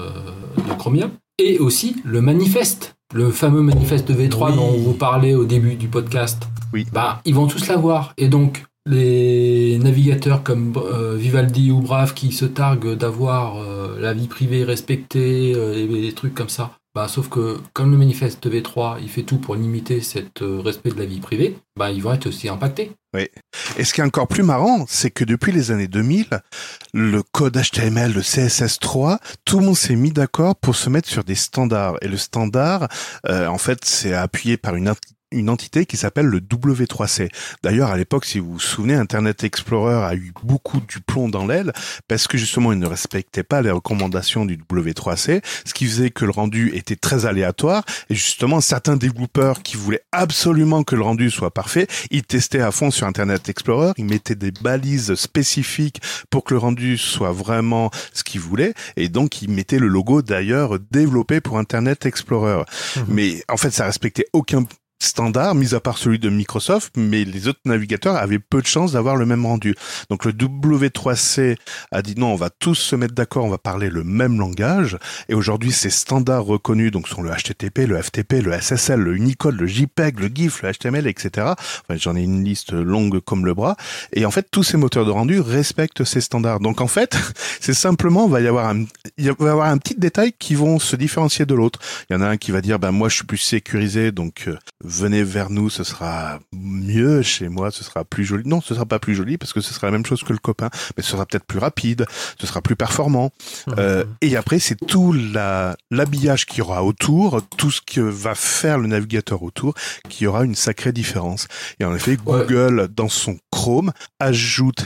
de Chromium et aussi le manifeste. Le fameux manifeste de V3 dont vous parlez au début du podcast, oui. Ils vont tous l'avoir. Et donc, les navigateurs comme Vivaldi ou Brave qui se targuent d'avoir la vie privée respectée et des trucs comme ça, sauf que comme le manifeste V3, il fait tout pour limiter cet respect de la vie privée, ils vont être aussi impactés. Oui. Et ce qui est encore plus marrant, c'est que depuis les années 2000, le code HTML, le CSS3, tout le monde s'est mis d'accord pour se mettre sur des standards. Et le standard, en fait, c'est appuyé par une entité qui s'appelle le W3C. D'ailleurs, à l'époque, si vous vous souvenez, Internet Explorer a eu beaucoup du plomb dans l'aile parce que justement, il ne respectait pas les recommandations du W3C, ce qui faisait que le rendu était très aléatoire. Et justement, certains développeurs qui voulaient absolument que le rendu soit parfait, ils testaient à fond sur Internet Explorer, ils mettaient des balises spécifiques pour que le rendu soit vraiment ce qu'ils voulaient. Et donc, ils mettaient le logo d'ailleurs développé pour Internet Explorer. Mais en fait, ça respectait aucun standard, mis à part celui de Microsoft, mais les autres navigateurs avaient peu de chances d'avoir le même rendu. Donc le W3C a dit non, on va tous se mettre d'accord, on va parler le même langage, et aujourd'hui ces standards reconnus donc sont le HTTP, le FTP, le SSL, le Unicode, le JPEG, le GIF, le HTML, etc. Enfin, j'en ai une liste longue comme le bras, et en fait tous ces moteurs de rendu respectent ces standards. Donc en fait, c'est simplement, il va y avoir un petit détail qui vont se différencier de l'autre. Il y en a un qui va dire, moi je suis plus sécurisé, donc venez vers nous, ce sera mieux, chez moi, ce sera plus joli. Non, ce sera pas plus joli parce que ce sera la même chose que le copain, mais ce sera peut-être plus rapide, ce sera plus performant. Et après, c'est tout l'habillage qu'il y aura autour, tout ce que va faire le navigateur autour, qui aura une sacrée différence. Et en effet, Google, dans son Chrome, ajoute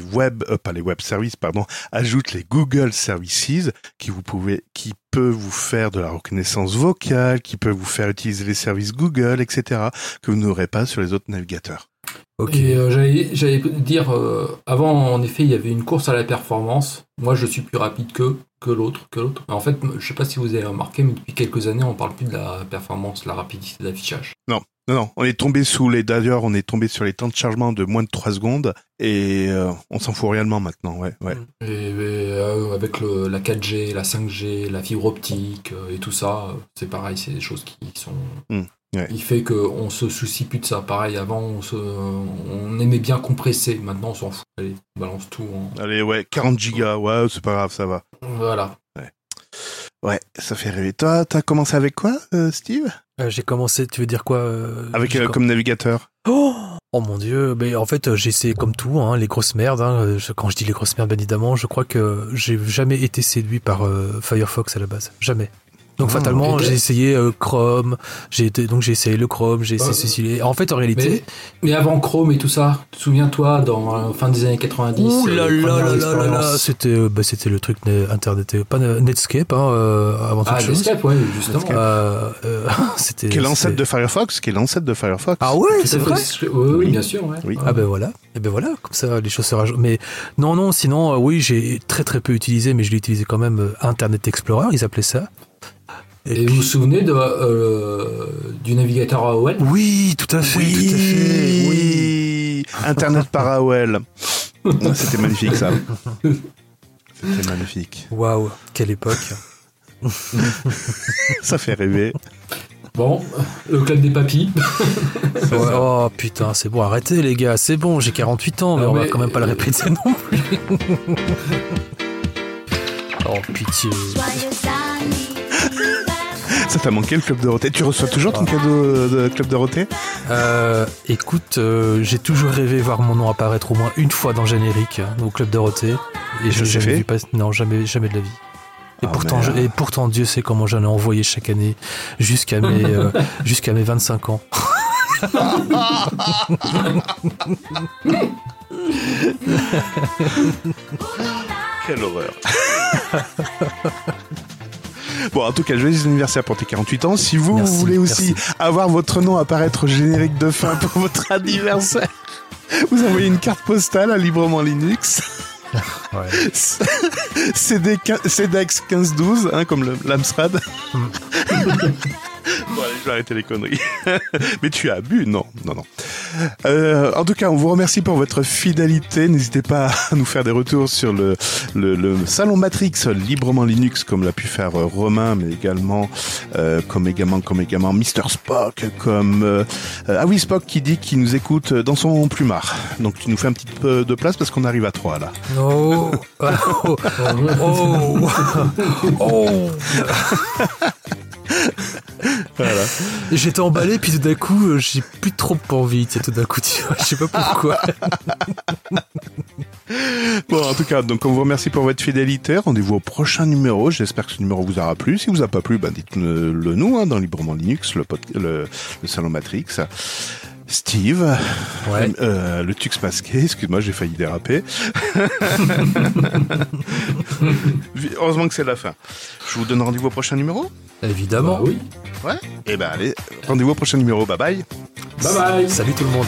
ajoute les Google Services qui peut vous faire de la reconnaissance vocale, qui peut vous faire utiliser les services Google, etc., que vous n'aurez pas sur les autres navigateurs. Ok. Et j'allais dire, avant, en effet, il y avait une course à la performance. Moi, je suis plus rapide que l'autre. En fait, je ne sais pas si vous avez remarqué, mais depuis quelques années, on ne parle plus de la performance, la rapidité d'affichage. Non, on est tombé sur les temps de chargement de moins de 3 secondes et on s'en fout réellement maintenant, ouais. Et avec la 4G, la 5G, la fibre optique et tout ça, c'est pareil, c'est des choses qui sont Ouais. Il fait qu'on se soucie plus de ça. Pareil, avant, on aimait bien compresser. Maintenant, on s'en fout. Allez, on balance tout. Allez, ouais, 40 gigas, ouais, c'est pas grave, ça va. Voilà. Ouais, ça fait rêver. Toi, t'as commencé avec quoi, Steve? J'ai commencé, tu veux dire quoi Avec comme navigateur. Oh mon Dieu, mais en fait j'ai essayé comme tout, hein, les grosses merdes. Hein. Quand je dis les grosses merdes, bien évidemment, je crois que j'ai jamais été séduit par Firefox à la base, jamais. Donc fatalement, j'ai essayé Chrome, j'ai essayé le Chrome, j'ai essayé ceci. En fait, en réalité... Mais avant Chrome et tout ça, souviens-toi, dans fin des années 90... Ouh là là, c'était le truc Internet, pas Netscape, hein, avant toute chose. Netscape, ouais, justement. C'était... Qui est l'ancêtre de Firefox, Ah ouais, c'est vrai. Oui, bien sûr, ouais. Oui. Ah ben voilà, et ben voilà, comme ça les choses se rajoutent. Mais non, sinon, oui, j'ai très très peu utilisé, mais je l'ai utilisé quand même, Internet Explorer, ils appelaient ça. Et vous vous souvenez du navigateur AOL? Oui, tout à fait, oui. Internet par AOL. C'était magnifique, ça. C'était magnifique. Waouh, quelle époque. Ça fait rêver. Bon, le club des papis. Ouais, oh putain, c'est bon, arrêtez les gars, c'est bon, j'ai 48 ans, mais on va quand même pas le répéter non plus. Oh pitié. Ça t'a manqué le Club Dorothée. Tu reçois toujours ton cadeau de Club Dorothée? Écoute, j'ai toujours rêvé voir mon nom apparaître au moins une fois dans le générique, hein, au Club Dorothée. Et je l'ai jamais vu passer. Non, jamais de la vie. Et pourtant, Dieu sait comment j'en ai envoyé chaque année jusqu'à mes 25 ans. Quelle horreur. Bon, en tout cas, joyeux anniversaire pour tes 48 ans. Si vous voulez aussi avoir votre nom apparaître au générique de fin pour votre anniversaire, vous envoyez une carte postale à Librement Linux. Ouais. CEDEX 1512, hein, comme l'Amstrad. Bon, allez, je vais arrêter les conneries. Mais tu as bu? Non. En tout cas, on vous remercie pour votre fidélité. N'hésitez pas à nous faire des retours sur le salon Matrix Librement Linux, comme l'a pu faire Romain, mais également comme également Mr. Spock, comme Spock qui dit qu'il nous écoute dans son plumard. Donc tu nous fais un petit peu de place parce qu'on arrive à 3 là. Oh. Voilà. J'étais emballé, puis tout d'un coup, j'ai plus trop envie, tout d'un coup, tu vois, je sais pas pourquoi. Bon, en tout cas, donc on vous remercie pour votre fidélité. Rendez-vous au prochain numéro. J'espère que ce numéro vous aura plu. Si vous a pas plu, dites-le nous, hein, dans Librement Linux, le salon Matrix. Steve, ouais. Le Tux masqué, excuse-moi, j'ai failli déraper. Heureusement que c'est la fin. Je vous donne rendez-vous au prochain numéro? Évidemment. Bah, oui. Ouais. Et ben allez, rendez-vous au prochain numéro. Bye bye. Bye bye. Salut tout le monde.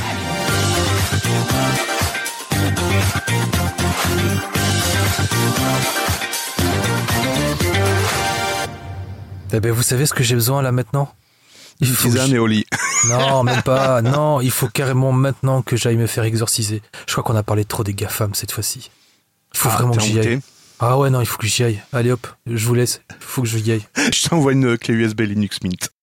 Eh ben, vous savez ce que j'ai besoin là maintenant? Tisane et au lit. Non, même pas. Non, il faut carrément maintenant que j'aille me faire exorciser. Je crois qu'on a parlé trop des GAFAM cette fois-ci. Il faut vraiment que j'y aille. Ah ouais, non, il faut que j'y aille. Allez hop, je vous laisse. Il faut que je y aille. Je t'envoie une clé USB Linux Mint.